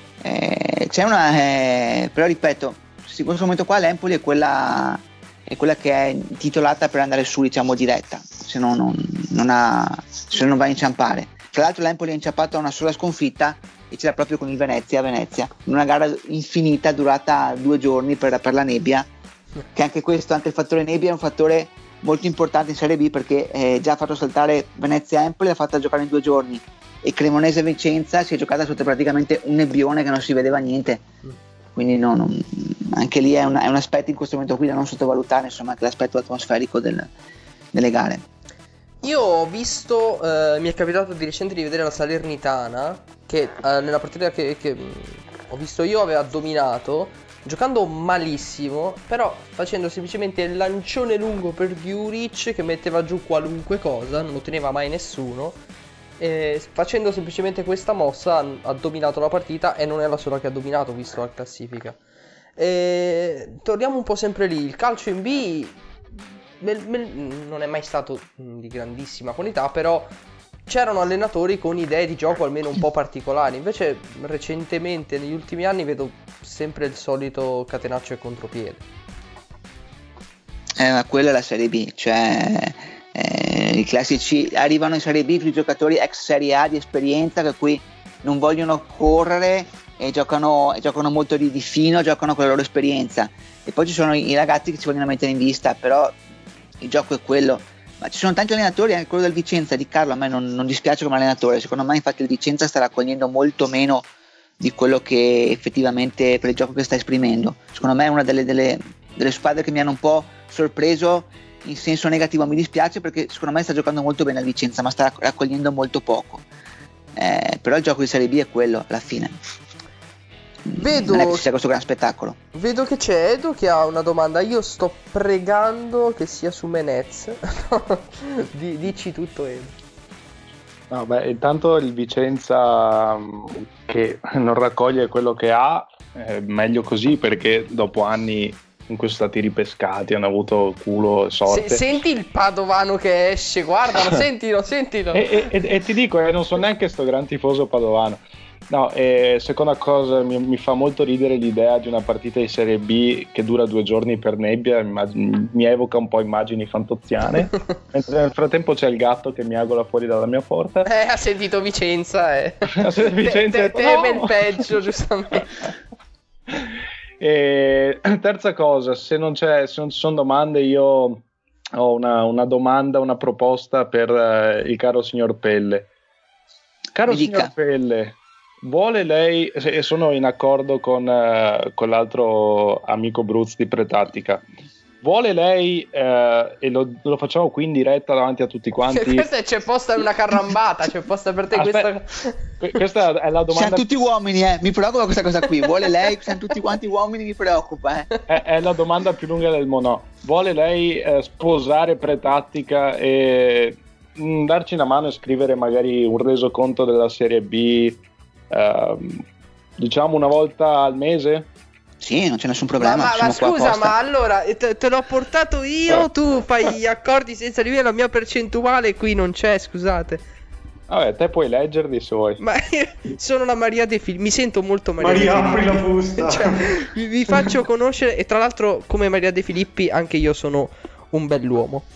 Però ripeto, in questo momento qua l'Empoli è quella che è titolata per andare su, diciamo, diretta, se non va a inciampare. Tra l'altro l'Empoli ha inciampato a una sola sconfitta e ce l'ha proprio con il Venezia, in una gara infinita durata 2 giorni per la nebbia, che anche il fattore nebbia è un fattore molto importante in Serie B, perché già ha fatto saltare Venezia-Empoli, l'ha fatta giocare in 2 giorni, e Cremonese-Vicenza si è giocata sotto praticamente un nebbione che non si vedeva niente, quindi anche lì è un aspetto in questo momento qui da non sottovalutare, insomma, anche l'aspetto atmosferico delle gare. Io ho visto, mi è capitato di recente di vedere la Salernitana che nella partita che ho visto io aveva dominato, giocando malissimo, però facendo semplicemente il lancione lungo per Djuric che metteva giù qualunque cosa, non lo teneva mai nessuno, e facendo semplicemente questa mossa ha dominato la partita, e non è la sola che ha dominato visto la classifica. Torniamo un po' sempre lì, il calcio in B non è mai stato di grandissima qualità, però c'erano allenatori con idee di gioco almeno un po' particolari. Invece recentemente, negli ultimi anni, vedo sempre il solito catenaccio e contropiede. Ma quella è la Serie B, cioè i classici arrivano in Serie B tutti i giocatori ex Serie A di esperienza, per cui non vogliono correre e giocano molto di fino, giocano con la loro esperienza, e poi ci sono i ragazzi che ci vogliono mettere in vista, però il gioco è quello. Ma ci sono tanti allenatori, anche quello del Vicenza di Carlo a me non dispiace come allenatore, secondo me infatti il Vicenza sta raccogliendo molto meno di quello che effettivamente per il gioco che sta esprimendo. Secondo me è una delle squadre che mi hanno un po' sorpreso in senso negativo, mi dispiace perché secondo me sta giocando molto bene il Vicenza, ma sta raccogliendo molto poco, però il gioco di Serie B è quello alla fine. Non è che sia questo gran spettacolo. Vedo che c'è Edo che ha una domanda. Io sto pregando che sia su Menez. Dici tutto, Edo. No, beh, intanto il Vicenza che non raccoglie quello che ha, meglio così, perché dopo anni in cui sono stati ripescati hanno avuto culo e sorte. Senti il padovano che esce, guardalo, sentilo. E ti dico, non sono neanche sto gran tifoso padovano. No, seconda cosa, mi fa molto ridere l'idea di una partita di Serie B che dura 2 giorni per nebbia, mi evoca un po' immagini fantoziane. Mentre nel frattempo c'è il gatto che miagola fuori dalla mia porta. Ha sentito Vicenza, Ha sentito Vicenza, teme il peggio, giustamente. E terza cosa, se non ci sono domande, io ho una domanda, una proposta per il caro signor Pelle. Caro signor Pelle, vuole lei, e sono in accordo con l'altro amico Bruz di Pretattica, vuole lei, e lo facciamo qui in diretta davanti a tutti quanti. Questa c'è posta una carambata, c'è posta per te. Questa è la domanda. Siamo tutti uomini, mi preoccupa questa cosa qui. Vuole lei, siamo tutti quanti uomini, mi preoccupa. È la domanda più lunga del mondo. Vuole lei sposare Pretattica e darci una mano e scrivere magari un resoconto della Serie B, diciamo una volta al mese? Sì, non c'è nessun problema. Ma scusa, ma allora te l'ho portato io, tu fai gli accordi senza di me, la mia percentuale qui non c'è, scusate. Vabbè, te puoi leggerli se vuoi. Ma io sono la Maria De Filippi, mi sento molto Maria De apri la busta. Cioè, vi faccio conoscere, e tra l'altro come Maria De Filippi anche io sono un bell'uomo.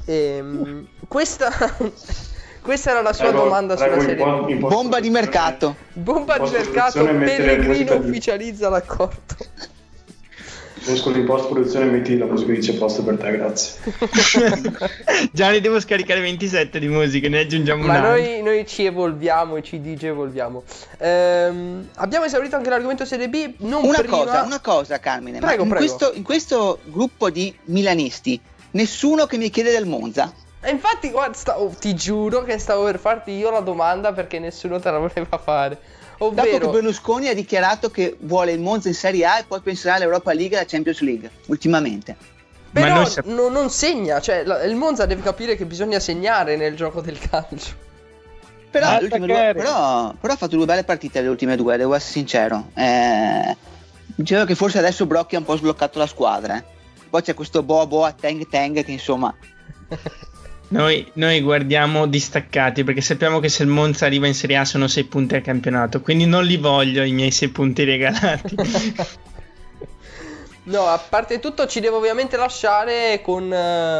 Questa era la sua domanda sulla serie. Bomba di mercato. Bomba di mercato, Pellegrino ufficializza l'accordo. Muscolo in post-produzione, metti la musica di C'è posto per te, grazie. Già ne devo scaricare 27 di musica, ne aggiungiamo una. Ma noi ci evolviamo e ci evolviamo. Abbiamo esaurito anche l'argomento Serie B. Una cosa, Carmine. Prego. In questo gruppo di milanisti, nessuno che mi chiede del Monza. E infatti, guarda, ti giuro che stavo per farti io la domanda perché nessuno te la voleva fare. Ovvero, dopo che Berlusconi ha dichiarato che vuole il Monza in Serie A e poi penserà all'Europa League e alla Champions League, ultimamente. Però non segna, cioè il Monza deve capire che bisogna segnare nel gioco del calcio. Però ha fatto 2 belle partite le ultime 2, devo essere sincero. Dicevo che forse adesso Brocchi ha un po' sbloccato la squadra. Poi c'è questo Boa Teng che insomma... Noi guardiamo distaccati perché sappiamo che se il Monza arriva in Serie A sono 6 punti al campionato, quindi non li voglio i miei 6 punti regalati. No, a parte tutto ci devo ovviamente lasciare con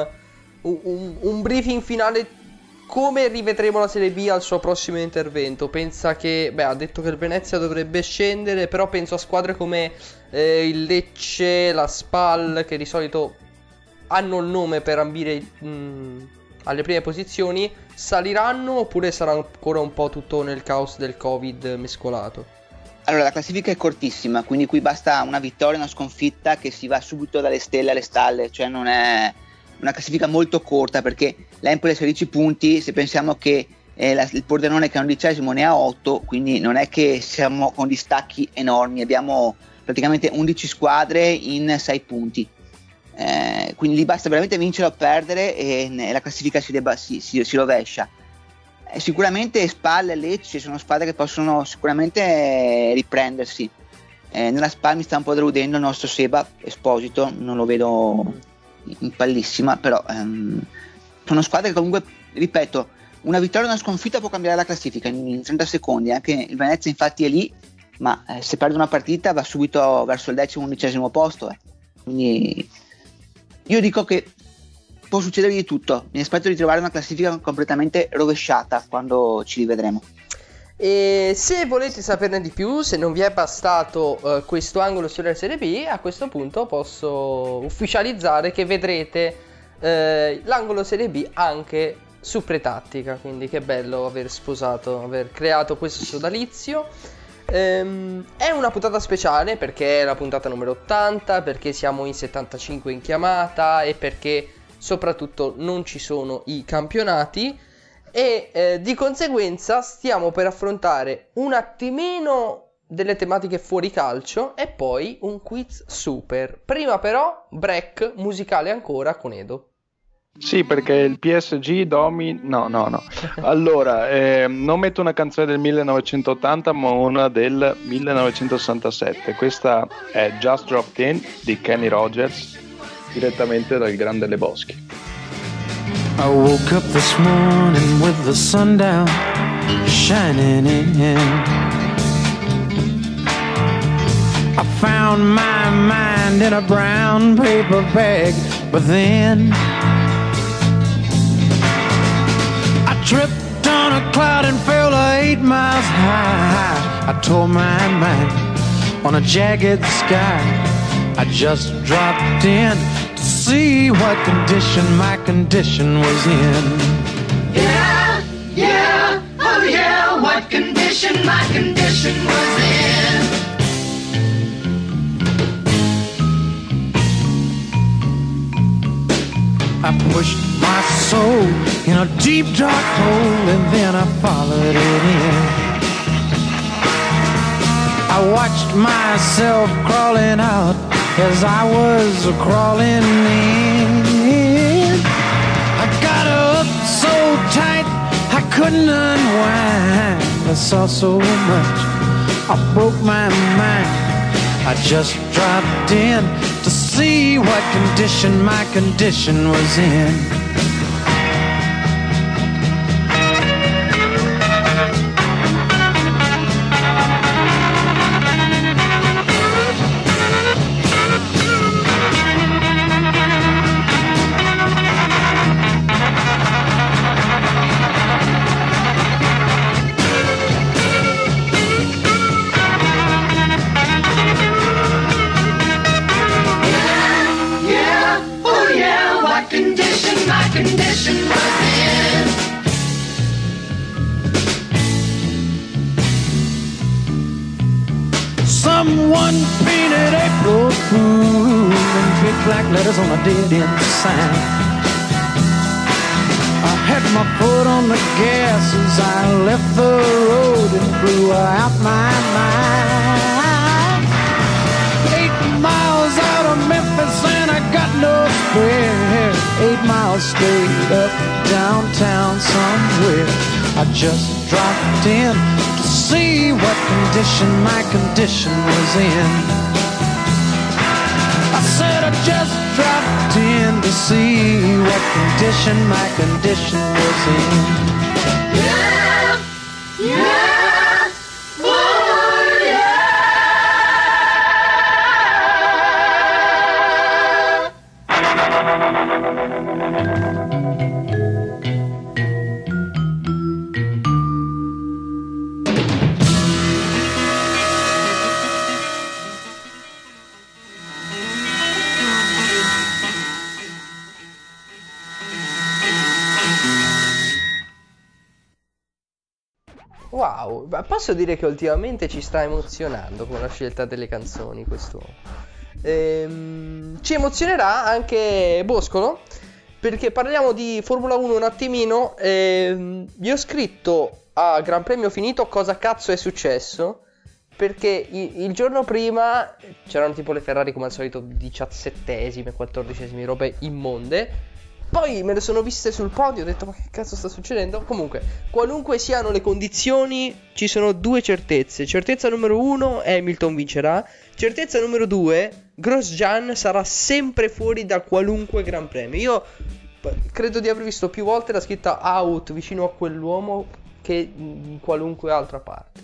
un briefing finale come rivedremo la Serie B al suo prossimo intervento. Pensa che, ha detto che il Venezia dovrebbe scendere, però penso a squadre come il Lecce, la Spal, che di solito hanno il nome per ambire alle prime posizioni, saliranno oppure sarà ancora un po' tutto nel caos del Covid mescolato? Allora, la classifica è cortissima, quindi qui basta una vittoria e una sconfitta che si va subito dalle stelle alle stalle, cioè non è una classifica molto corta, perché l'Empoli ha 16 punti, se pensiamo che il Pordenone che è 11° ne ha 8, quindi non è che siamo con distacchi enormi, abbiamo praticamente 11 squadre in 6 punti. Quindi lì basta veramente vincere o perdere e la classifica si rovescia. Sicuramente Spal e Lecce sono squadre che possono sicuramente riprendersi. Nella Spal mi sta un po' deludendo il nostro Seba Esposito, non lo vedo in pallissima, però sono squadre che comunque, ripeto, una vittoria e una sconfitta può cambiare la classifica in 30 secondi. Anche il Venezia infatti è lì, ma se perde una partita va subito verso il 10º-11º posto. Quindi io dico che può succedere di tutto. Mi aspetto di trovare una classifica completamente rovesciata quando ci rivedremo. E se volete saperne di più, se non vi è bastato questo angolo sulla Serie B, a questo punto posso ufficializzare che vedrete l'angolo Serie B anche su Pretattica. Quindi che bello aver creato questo sodalizio. È una puntata speciale perché è la puntata numero 80, perché siamo in 75 in chiamata e perché soprattutto non ci sono i campionati e di conseguenza stiamo per affrontare un attimino delle tematiche fuori calcio e poi un quiz super. Prima però break musicale ancora con Edo. Sì, perché il PSG no. Allora, non metto una canzone del 1980 ma una del 1967. Questa è Just Dropped In di Kenny Rogers, direttamente dal Grande Lebowski. I woke up this morning with the sun down shining in. I found my mind in a brown paper bag, but then I tripped on a cloud and fell 8 miles high. I tore my mind on a jagged sky. I just dropped in to see what condition my condition was in. Yeah, yeah, oh yeah, what condition my condition was in. I pushed my soul in a deep dark hole and then I followed it in. I watched myself crawling out as I was crawling in. I got up so tight I couldn't unwind. I saw so much, I broke my mind. I just dropped in to see what condition my condition was in. Someone painted April Fool in big black letters on a dead-end sign. I had my foot on the gas as I left the road and blew out my mind. 8 miles out of Memphis and I got no spare. 8 miles straight up downtown somewhere. I just dropped in to see what condition my condition was in. I said I just dropped in to see what condition my condition was in. Yeah, yeah, oh yeah. Wow, ma posso dire che ultimamente ci sta emozionando con la scelta delle canzoni questo. Ci emozionerà anche Boscolo, perché parliamo di Formula 1 un attimino. Vi ho scritto a Gran Premio finito cosa cazzo è successo, perché il giorno prima c'erano tipo le Ferrari come al solito 17esime, 14esime, robe immonde. Poi me le sono viste sul podio, ho detto ma che cazzo sta succedendo? Comunque, qualunque siano le condizioni, ci sono due certezze. Certezza numero 1, Hamilton vincerà. Certezza numero 2, Grosjean sarà sempre fuori da qualunque Gran Premio. Io credo di aver visto più volte la scritta out vicino a quell'uomo che in qualunque altra parte.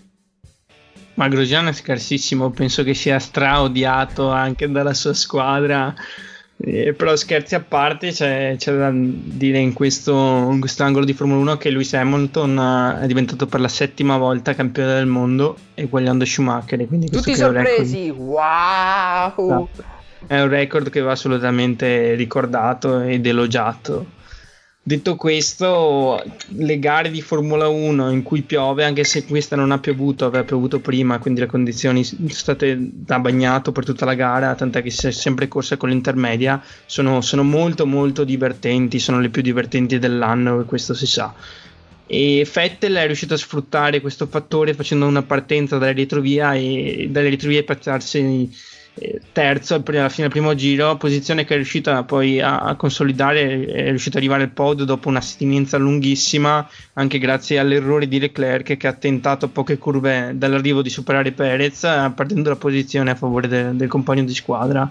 Ma Grosjean è scarsissimo, penso che sia straodiato anche dalla sua squadra. Però scherzi a parte, c'è da dire in quest'angolo di Formula 1 che Lewis Hamilton è diventato per la 7ª volta campione del mondo, eguagliando Schumacher, quindi tutti sorpresi, wow! È un record che va assolutamente ricordato ed elogiato. Detto questo, le gare di Formula 1 in cui piove, anche se questa non ha piovuto, aveva piovuto prima, quindi le condizioni sono state da bagnato per tutta la gara, tant'è che si è sempre corsa con l'intermedia, sono molto molto divertenti, sono le più divertenti dell'anno, e questo si sa. E Vettel è riuscito a sfruttare questo fattore facendo una partenza dalle retrovie e piazzarsi terzo alla fine del primo giro, posizione che è riuscita poi a consolidare, è riuscito ad arrivare al podio dopo un'astinenza lunghissima, anche grazie all'errore di Leclerc che ha tentato a poche curve dall'arrivo di superare Perez, perdendo la posizione a favore del compagno di squadra.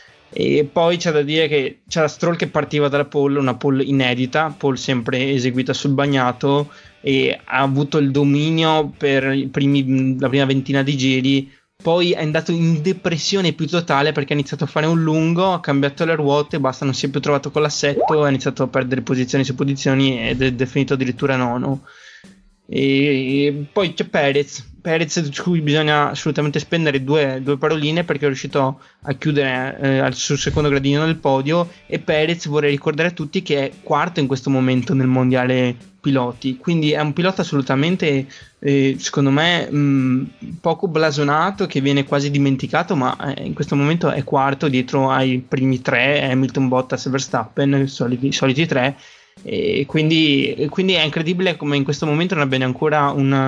E poi c'è da dire che c'era Stroll che partiva dalla pole, una pole inedita, pole sempre eseguita sul bagnato, e ha avuto il dominio per la prima ventina di giri. Poi è andato in depressione più totale perché ha iniziato a fare un lungo, ha cambiato le ruote, basta, non si è più trovato con l'assetto, ha iniziato a perdere posizioni su posizioni ed è finito addirittura nono. E poi c'è Perez, su cui bisogna assolutamente spendere due paroline, perché è riuscito a chiudere sul secondo gradino del podio. E Perez, vorrei ricordare a tutti, che è quarto in questo momento nel mondiale piloti, quindi è un pilota assolutamente secondo me poco blasonato, che viene quasi dimenticato, ma in questo momento è quarto dietro ai primi tre, Hamilton, Bottas e Verstappen, i soliti tre. E quindi è incredibile come in questo momento non abbiano ancora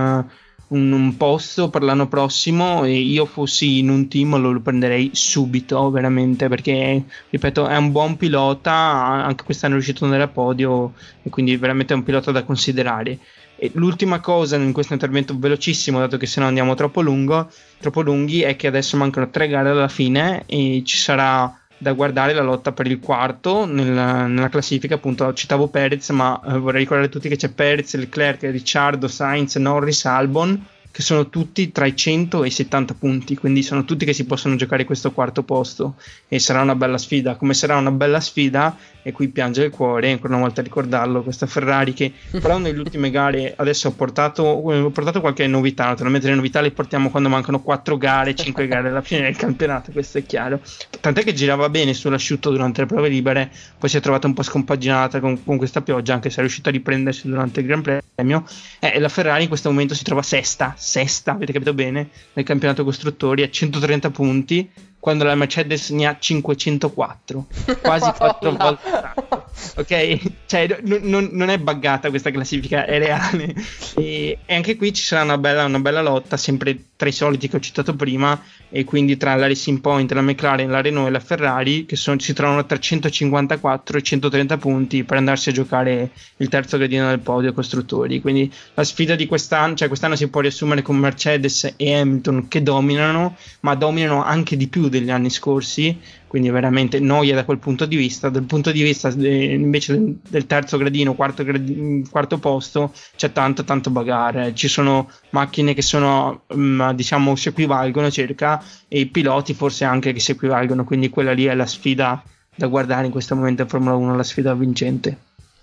un posto per l'anno prossimo. E io fossi in un team lo prenderei subito, veramente, perché ripeto, è un buon pilota, anche quest'anno è riuscito ad andare a podio, e quindi veramente è un pilota da considerare. E l'ultima cosa in questo intervento velocissimo, dato che sennò andiamo troppo lunghi, è che adesso mancano 3 gare alla fine e ci sarà da guardare la lotta per il quarto nella classifica. Appunto, citavo Perez, ma vorrei ricordare a tutti che c'è Perez, Leclerc, Ricciardo, Sainz, Norris, Albon, che sono tutti tra i 100 e i 70 punti, quindi sono tutti che si possono giocare questo quarto posto, e sarà una bella sfida, come sarà una bella sfida, e qui piange il cuore ancora una volta a ricordarlo, questa Ferrari che però nelle ultime gare adesso ho portato qualche novità. Naturalmente le novità le portiamo quando mancano 4 gare, 5 gare alla fine del campionato, questo è chiaro, tant'è che girava bene sull'asciutto durante le prove libere, poi si è trovata un po' scompaginata con questa pioggia, anche se è riuscita a riprendersi durante il Gran Premio. La Ferrari in questo momento si trova sesta, avete capito bene, nel campionato costruttori, a 130 punti, quando la Mercedes ne ha 504, quasi 4 volte tanto. Ok, cioè non è buggata questa classifica, è reale. E anche qui ci sarà una bella lotta, sempre tra i soliti che ho citato prima, e quindi tra la Racing Point, la McLaren, la Renault e la Ferrari, che si trovano tra 154 e 130 punti per andarsi a giocare il terzo gradino del podio costruttori. Quindi la sfida di quest'anno, cioè quest'anno si può riassumere con Mercedes e Hamilton che dominano, ma dominano anche di più degli anni scorsi, quindi veramente noia da quel punto di vista. Dal punto di vista invece del terzo gradino, quarto posto, c'è tanto bagarre, ci sono macchine che sono diciamo si equivalgono circa, e i piloti forse anche che si equivalgono, quindi quella lì è la sfida da guardare in questo momento in Formula 1, la sfida vincente.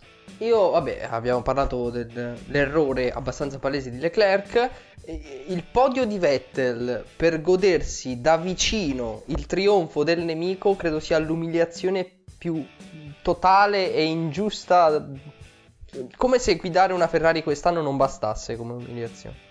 Abbiamo parlato dell'errore abbastanza palese di Leclerc. Il podio di Vettel per godersi da vicino il trionfo del nemico credo sia l'umiliazione più totale e ingiusta, come se guidare una Ferrari quest'anno non bastasse come umiliazione.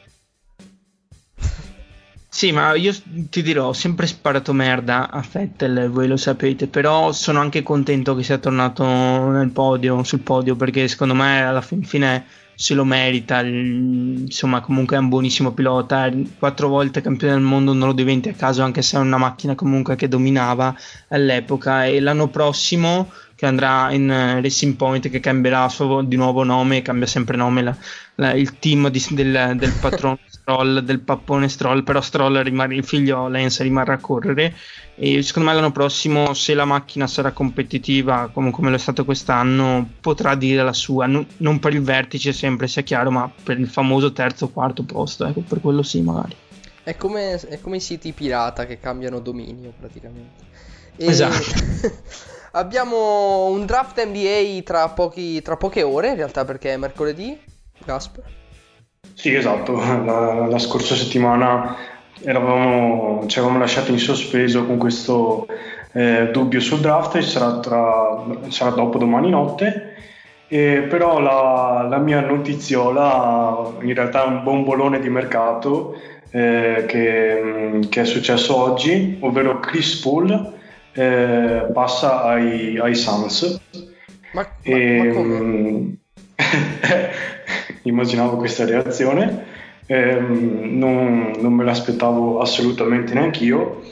Sì, ma io ti dirò, ho sempre sparato merda a Vettel, voi lo sapete, però sono anche contento che sia tornato sul podio, perché secondo me alla fine se lo merita. Insomma, comunque è un buonissimo pilota, 4 volte campione del mondo, non lo diventi a caso, anche se è una macchina comunque che dominava all'epoca. E l'anno prossimo, che andrà in Racing Point, che cambierà di nuovo nome, cambia sempre nome il team del patrono Stroll, del pappone Stroll, però Stroll il figlio Lance rimarrà a correre, e secondo me l'anno prossimo, se la macchina sarà competitiva come lo è stato quest'anno, potrà dire la sua, non per il vertice sempre, sia chiaro, ma per il famoso terzo o quarto posto, ecco, per quello sì, magari. È come i siti pirata che cambiano dominio praticamente. Esatto. Abbiamo un draft NBA tra poche ore, in realtà, perché è mercoledì, Gasper. Sì, esatto, la scorsa settimana ci eravamo lasciati in sospeso con questo dubbio sul draft, e sarà dopo domani notte, però la mia notiziola in realtà è un bombolone di mercato che è successo oggi, ovvero Chris Paul passa ai Suns. Ma come? Immaginavo questa reazione, non me l'aspettavo assolutamente neanch'io.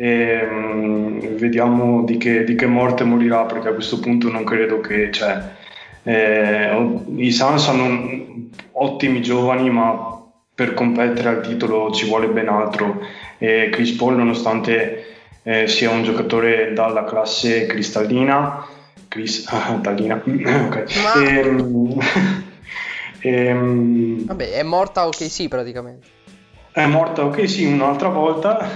Vediamo di che morte morirà, perché a questo punto non credo che i Suns hanno ottimi giovani, ma per competere al titolo ci vuole ben altro, e Chris Paul, nonostante sia un giocatore dalla classe cristallina, okay. Vabbè, è morta OKC praticamente. È morta OKC un'altra volta,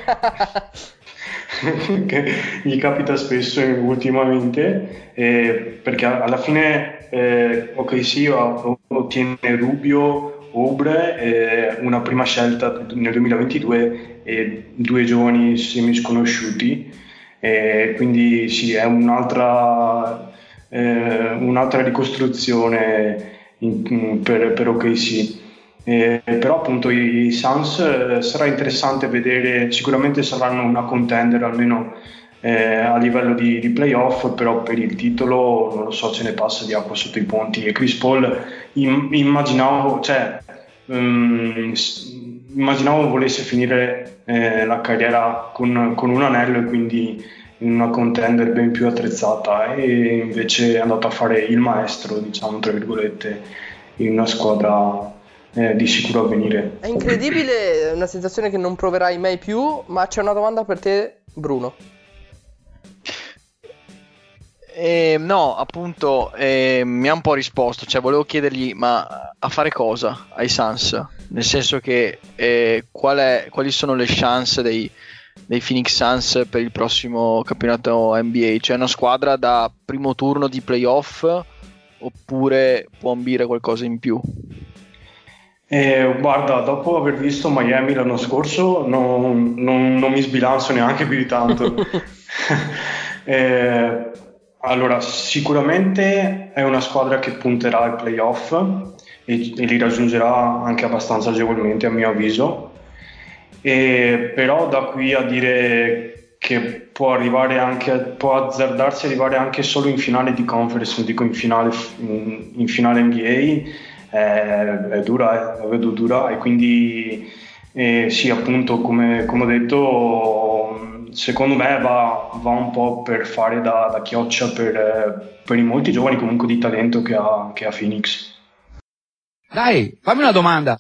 che gli capita spesso ultimamente, perché alla fine OKC ottiene Rubio, Oubre, una prima scelta nel 2022 e 2 giovani semisconosciuti, quindi sì, è un'altra ricostruzione per OKC. Però appunto i Suns sarà interessante vedere, sicuramente saranno una contender almeno a livello di playoff, però per il titolo non lo so, ce ne passa di acqua sotto i ponti. E Chris Paul immaginavo volesse finire la carriera con un anello e quindi in una contender ben più attrezzata, e invece è andato a fare il maestro, diciamo tra virgolette, in una squadra di sicuro avvenire. È incredibile, è una sensazione che non proverai mai più, ma c'è una domanda per te, Bruno. No, appunto, mi ha un po' risposto, cioè volevo chiedergli, ma a fare cosa ai Suns? Nel senso che quali sono le chance dei Phoenix Suns per il prossimo campionato NBA? Cioè una squadra da primo turno di playoff oppure può ambire qualcosa in più? Guarda, dopo aver visto Miami l'anno scorso non mi sbilancio neanche più di tanto. Allora, sicuramente è una squadra che punterà ai playoff e li raggiungerà anche abbastanza agevolmente, a mio avviso. Però da qui a dire che può azzardarsi a arrivare anche solo in finale di conference, non dico in finale NBA, è dura, la vedo dura, e quindi sì, appunto, come ho detto, secondo me va un po' per fare da chioccia per i molti giovani comunque di talento che ha Phoenix. Dai, fammi una domanda.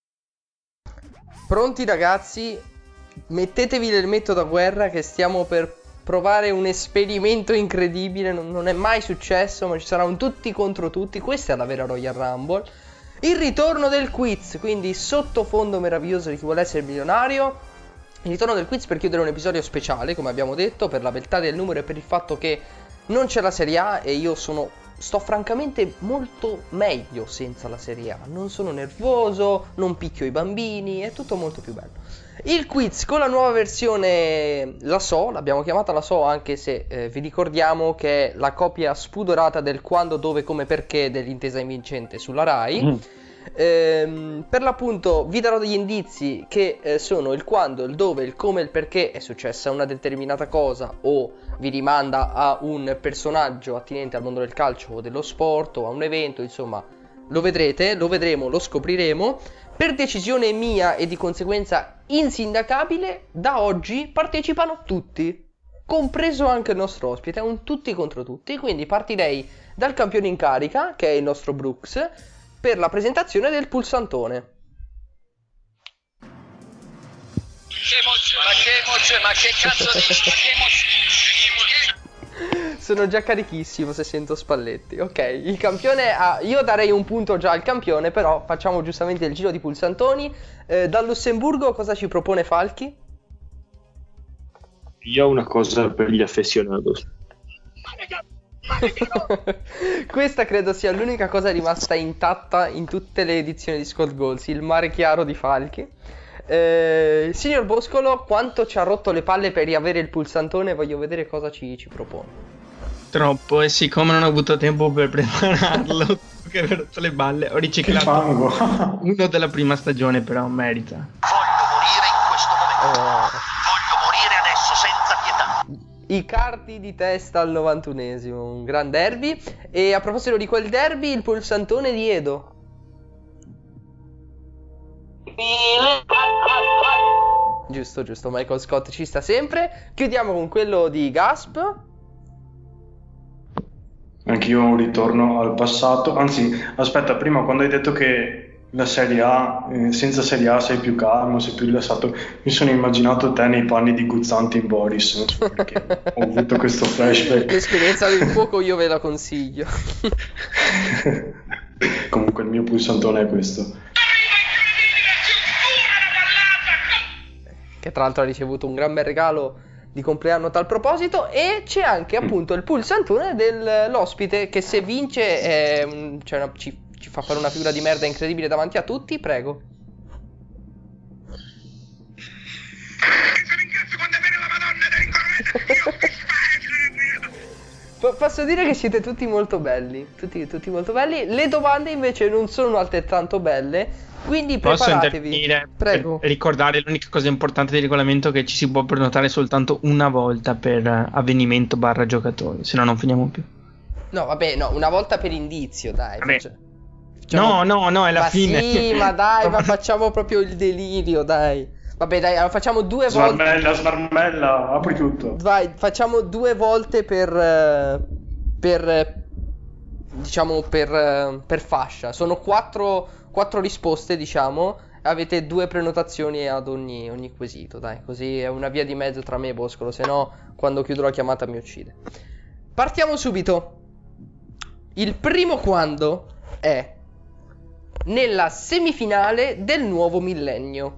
Pronti ragazzi? Mettetevi l'elmetto da guerra che stiamo per provare un esperimento incredibile, non è mai successo, ma ci sarà un tutti contro tutti. Questa è la vera Royal Rumble. Il ritorno del quiz, quindi sottofondo meraviglioso di Chi vuole essere milionario. Il ritorno del quiz per chiudere un episodio speciale, come abbiamo detto, per la beltà del numero e per il fatto che non c'è la Serie A e io sto francamente molto meglio senza la Serie A. Non sono nervoso, non picchio i bambini, è tutto molto più bello. Il quiz con la nuova versione la so, l'abbiamo chiamata la so, anche se vi ricordiamo che è la copia spudorata del quando, dove, come, perché dell'Intesa Invincente sulla Rai. Per l'appunto vi darò degli indizi che sono il quando, il dove, il come, il perché è successa una determinata cosa, o vi rimanda a un personaggio attinente al mondo del calcio o dello sport o a un evento, insomma lo vedrete, lo vedremo, lo scopriremo. Per decisione mia e di conseguenza insindacabile, da oggi partecipano tutti, compreso anche il nostro ospite, è un tutti contro tutti, quindi partirei dal campione in carica, che è il nostro Brooks, per la presentazione del pulsantone. Ma che cazzo Sono già carichissimo se sento Spalletti. Ok, il campione io darei un punto già al campione, però facciamo giustamente il giro di pulsantoni. Dal Lussemburgo cosa ci propone Falchi? Io ho una cosa per gli affezionados. Questa credo sia l'unica cosa rimasta intatta in tutte le edizioni di Scott Goals, il mare chiaro di Falchi. Signor Boscolo, quanto ci ha rotto le palle per riavere il pulsantone? Voglio vedere cosa ci propone. Troppo, e siccome non ho avuto tempo per prepararlo, che mi ha rotto le balle, ho riciclato uno della prima stagione, però merita. Voglio morire in questo momento. Voglio morire adesso senza pietà. I cardi di testa al 91esimo, un gran derby. E a proposito di quel derby, il pulsantone di Edo. Giusto, Michael Scott ci sta sempre. Chiudiamo con quello di Gasp. Anch'io ritorno al passato, anzi aspetta, prima quando hai detto che la Serie A, senza Serie A sei più calmo, sei più rilassato, mi sono immaginato te nei panni di Guzzanti in Boris, non so perché ho avuto questo flashback. L'esperienza del fuoco io ve la consiglio. Comunque il mio pulsantone è questo. Che tra l'altro ha ricevuto un gran bel regalo di compleanno a tal proposito. E c'è anche appunto il pulsantone dell'ospite, che se vince c'è ci fa fare una figura di merda incredibile davanti a tutti, prego. Posso dire che siete tutti molto belli. Tutti molto belli. Le domande invece non sono altrettanto belle. Quindi posso preparatevi. intervenire Prego. per ricordare l'unica cosa importante del regolamento, che ci si può prenotare soltanto una volta per avvenimento / giocatori, se no non finiamo più. No, vabbè, no, una volta per indizio, dai. Vabbè. Facciamo... No, è la fine. Sì, ma dai, ma facciamo proprio il delirio, dai. Vabbè, dai, allora facciamo 2 volte. Smarmella, apri tutto. Vai, facciamo 2 volte per diciamo per fascia. Sono 4 risposte, diciamo. Avete 2 prenotazioni ad ogni quesito, dai. Così è una via di mezzo tra me e Boscolo, se no quando chiudo la chiamata mi uccide. Partiamo subito. Il primo quando è nella semifinale del nuovo millennio.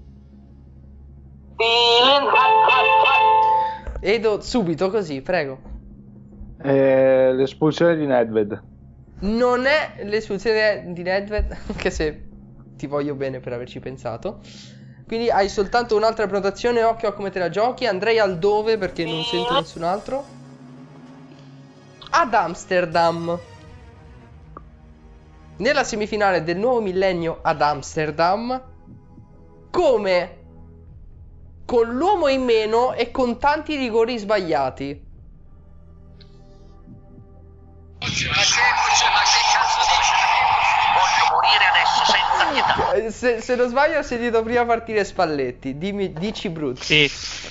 Edo, subito così, prego. L'espulsione di Nedved. Non è l'espulsione di Nedved, anche se ti voglio bene per averci pensato. Quindi hai soltanto un'altra prenotazione, occhio a come te la giochi. Andrei al dove perché non sento nessun altro. Ad Amsterdam. Nella semifinale del nuovo millennio ad Amsterdam. Come? Con l'uomo in meno e con tanti rigori sbagliati. Voglio morire adesso senza pietà. Se non sbaglio ho sentito prima partire Spalletti. Dici Brut. Sì.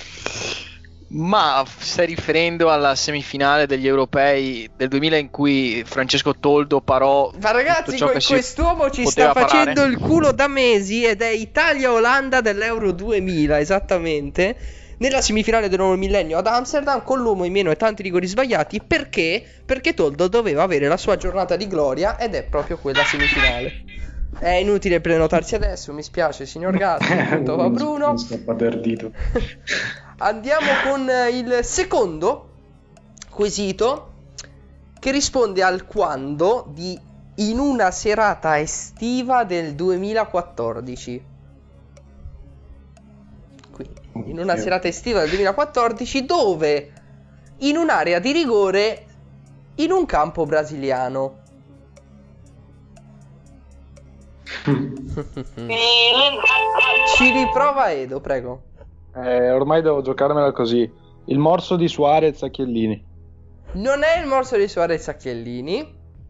Ma stai riferendo alla semifinale degli europei del 2000 in cui Francesco Toldo parò. Ma ragazzi, quest'uomo ci sta facendo il culo da mesi ed è Italia-Olanda dell'Euro 2000, esattamente. Nella semifinale del nuovo millennio ad Amsterdam, con l'uomo in meno e tanti rigori sbagliati. Perché? Perché Toldo doveva avere la sua giornata di gloria ed è proprio quella semifinale. È inutile prenotarsi adesso, mi spiace signor Gatti, punto va Bruno. Mi sta perdito. Andiamo con il secondo quesito, che risponde al quando di in una serata estiva del 2014. Quindi, in una serata estiva del 2014, dove in un'area di rigore in un campo brasiliano. Ci riprova Edo, prego. Ormai devo giocarmela così. Il morso di Suarez a Chiellini. Non è il morso di Suarez a Chiellini.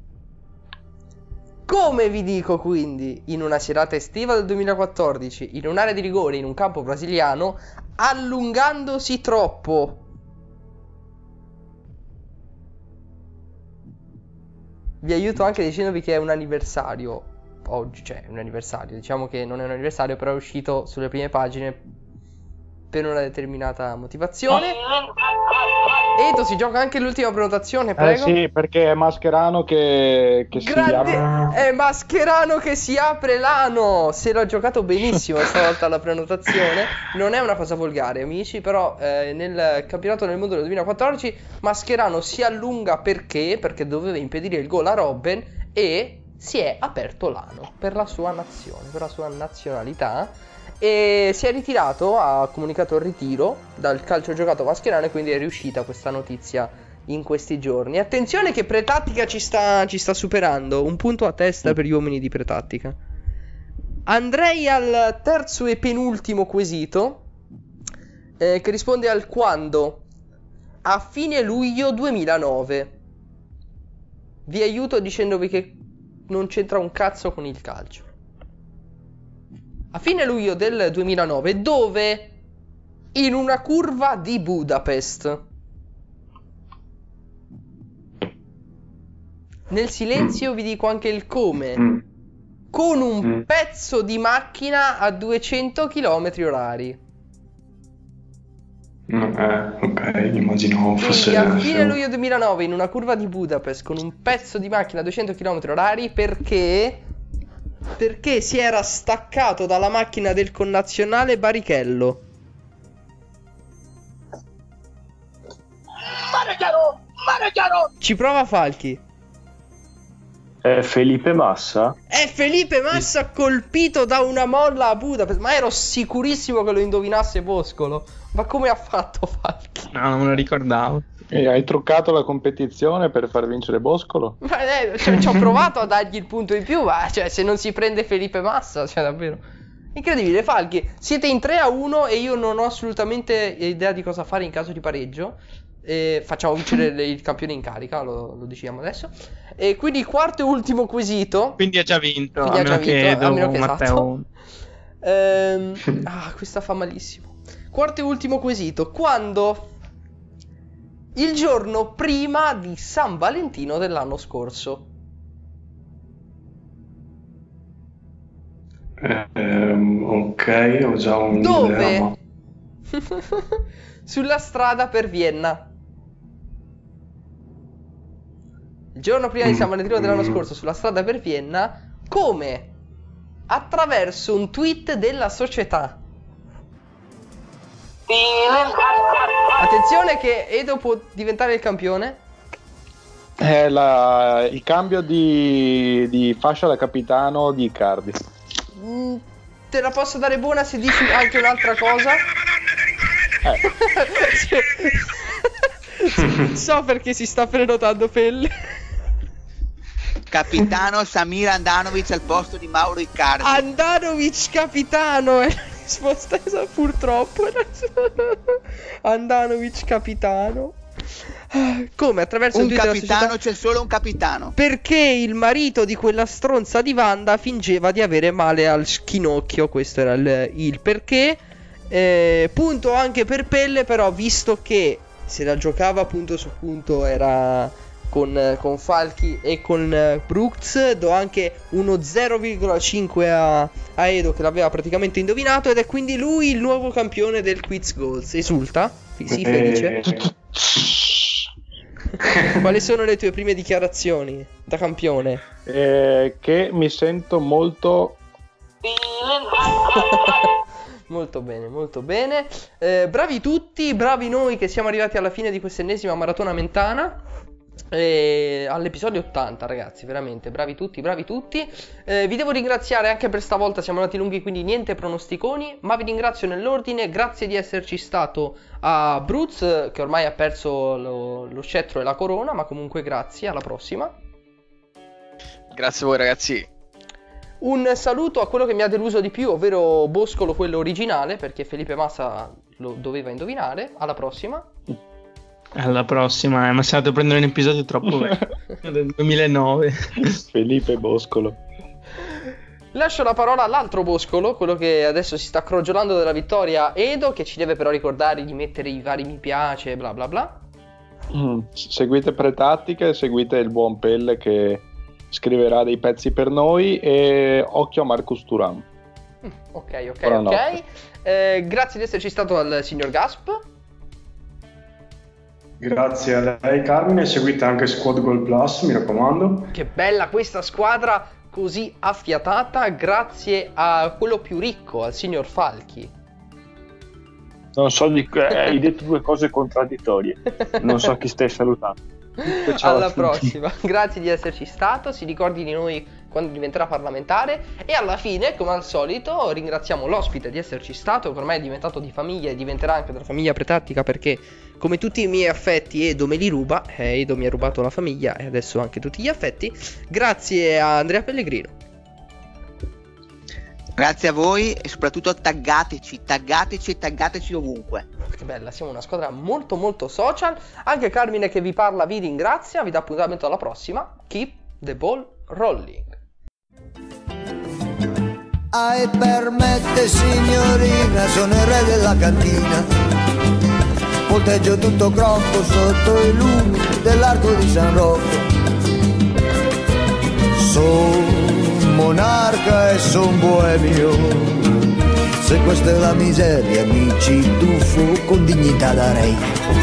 Come vi dico, quindi, in una serata estiva del 2014, in un'area di rigore in un campo brasiliano, allungandosi troppo. Vi aiuto anche dicendovi che è un anniversario oggi, cioè un anniversario, diciamo che non è un anniversario, però è uscito sulle prime pagine per una determinata motivazione. Edo, si gioca anche l'ultima prenotazione, prego. Sì, perché è Mascherano che si apre. È Mascherano che si apre l'ano. Se l'ho giocato benissimo stavolta la prenotazione. Non è una cosa volgare, amici, però nel campionato del mondo del 2014 Mascherano si allunga perché doveva impedire il gol a Robben e si è aperto l'ano per la sua nazione, per la sua nazionalità. E si è ritirato, ha comunicato il ritiro dal calcio giocato Mascherano, e quindi è riuscita questa notizia in questi giorni. Attenzione che Pretattica ci sta superando, un punto a testa per gli uomini di Pretattica. Andrei al terzo e penultimo quesito, che risponde al quando a fine luglio 2009. Vi aiuto dicendovi che non c'entra un cazzo con il calcio. A fine luglio del 2009, dove in una curva di Budapest. Nel silenzio vi dico anche il come. Con un pezzo di macchina a 200 km orari. Ok, immagino fosse. Quindi a fine luglio 2009 in una curva di Budapest con un pezzo di macchina a 200 km orari perché si era staccato dalla macchina del connazionale Barrichello. Mare chiaro! Ci prova Falchi. Felipe Massa? È Felipe Massa colpito da una molla a Budapest. Ma ero sicurissimo che lo indovinasse Boscolo. Ma come ha fatto Falchi? No, non me lo ricordavo. E hai truccato la competizione per far vincere Boscolo? Ma ci ho provato a dargli il punto in più, ma cioè, se non si prende Felipe Massa, cioè davvero incredibile. Falchi, siete in 3-1 e io non ho assolutamente idea di cosa fare in caso di pareggio. Facciamo vincere il campione in carica, lo decidiamo adesso. E quindi quarto e ultimo quesito. Quindi ha già vinto, Quindi a meno che Matteo. esatto. Questa fa malissimo. Quarto e ultimo quesito. Quando? Il giorno prima di San Valentino dell'anno scorso. Ok, ho già un Dove? idea, ma... Sulla strada per Vienna. Il giorno prima di San Valentino dell'anno scorso, sulla strada per Vienna. Come? Attraverso un tweet della società. Attenzione che Edo può diventare il campione. Il cambio di fascia da capitano di Icardi. Te la posso dare buona se dici anche un'altra cosa. So perché si sta prenotando Pelle. Capitano Samir Andanovic al posto di Mauro Icardi. Andanovic capitano è la risposta purtroppo. Andanovic capitano. Come? Attraverso un il tweet capitano, della società? c'è solo un capitano. Perché il marito di quella stronza di Wanda fingeva di avere male al ginocchio. Questo era il perché. Punto anche per Pelle, però, visto che se la giocava punto su punto era con Falchi e con Brooks, do anche uno 0,5 a Edo, che l'aveva praticamente indovinato, ed è quindi lui il nuovo campione del Quiz Goals. Esulta? Sì, felice. Quali sono le tue prime dichiarazioni da campione? Che mi sento molto... Molto bene, molto bene. Bravi tutti, bravi noi che siamo arrivati alla fine di questa ennesima maratona mentana. All'episodio 80, ragazzi, veramente bravi tutti, bravi tutti. Vi devo ringraziare anche per stavolta, siamo andati lunghi, quindi niente pronosticoni, ma vi ringrazio nell'ordine. Grazie di esserci stato a Bruz, che ormai ha perso lo scettro e la corona, ma comunque grazie, alla prossima. Grazie a voi, ragazzi. Un saluto a quello che mi ha deluso di più, ovvero Boscolo, quello originale, perché Felipe Massa lo doveva indovinare. Alla prossima. Alla prossima, ma state prendere un episodio troppo vecchio del 2009. Felipe Boscolo. Lascio la parola all'altro Boscolo, quello che adesso si sta crogiolando della vittoria, Edo, che ci deve però ricordare di mettere i vari mi piace, bla bla bla. Seguite Pretattica e seguite il buon Pelle che scriverà dei pezzi per noi, e occhio a Marcus Thuram. Ok. Buonanotte. Grazie di esserci stato al signor Gasp. Grazie a lei Carmine, seguite anche Squad Goal Plus, mi raccomando. Che bella questa squadra così affiatata, grazie a quello più ricco, al signor Falchi. Non so, hai detto due cose contraddittorie, non so chi stai salutando. Ciao alla prossima, grazie di esserci stato, si ricordi di noi quando diventerà parlamentare, e alla fine, come al solito, ringraziamo l'ospite di esserci stato, che ormai è diventato di famiglia e diventerà anche della famiglia Pretattica, perché come tutti i miei affetti Edo me li ruba, Edo mi ha rubato la famiglia e adesso anche tutti gli affetti. Grazie a Andrea Pellegrino. Grazie a voi e soprattutto taggateci ovunque. Che bella, siamo una squadra molto molto social. Anche Carmine che vi parla vi ringrazia, vi dà appuntamento alla prossima. Keep the ball rolling. Permette signorina, sono il re della cantina, volteggio tutto crocco sotto i lumi dell'arco di San Rocco. Son monarca e son boemio, se questa è la miseria mi ci tuffo con dignità da re.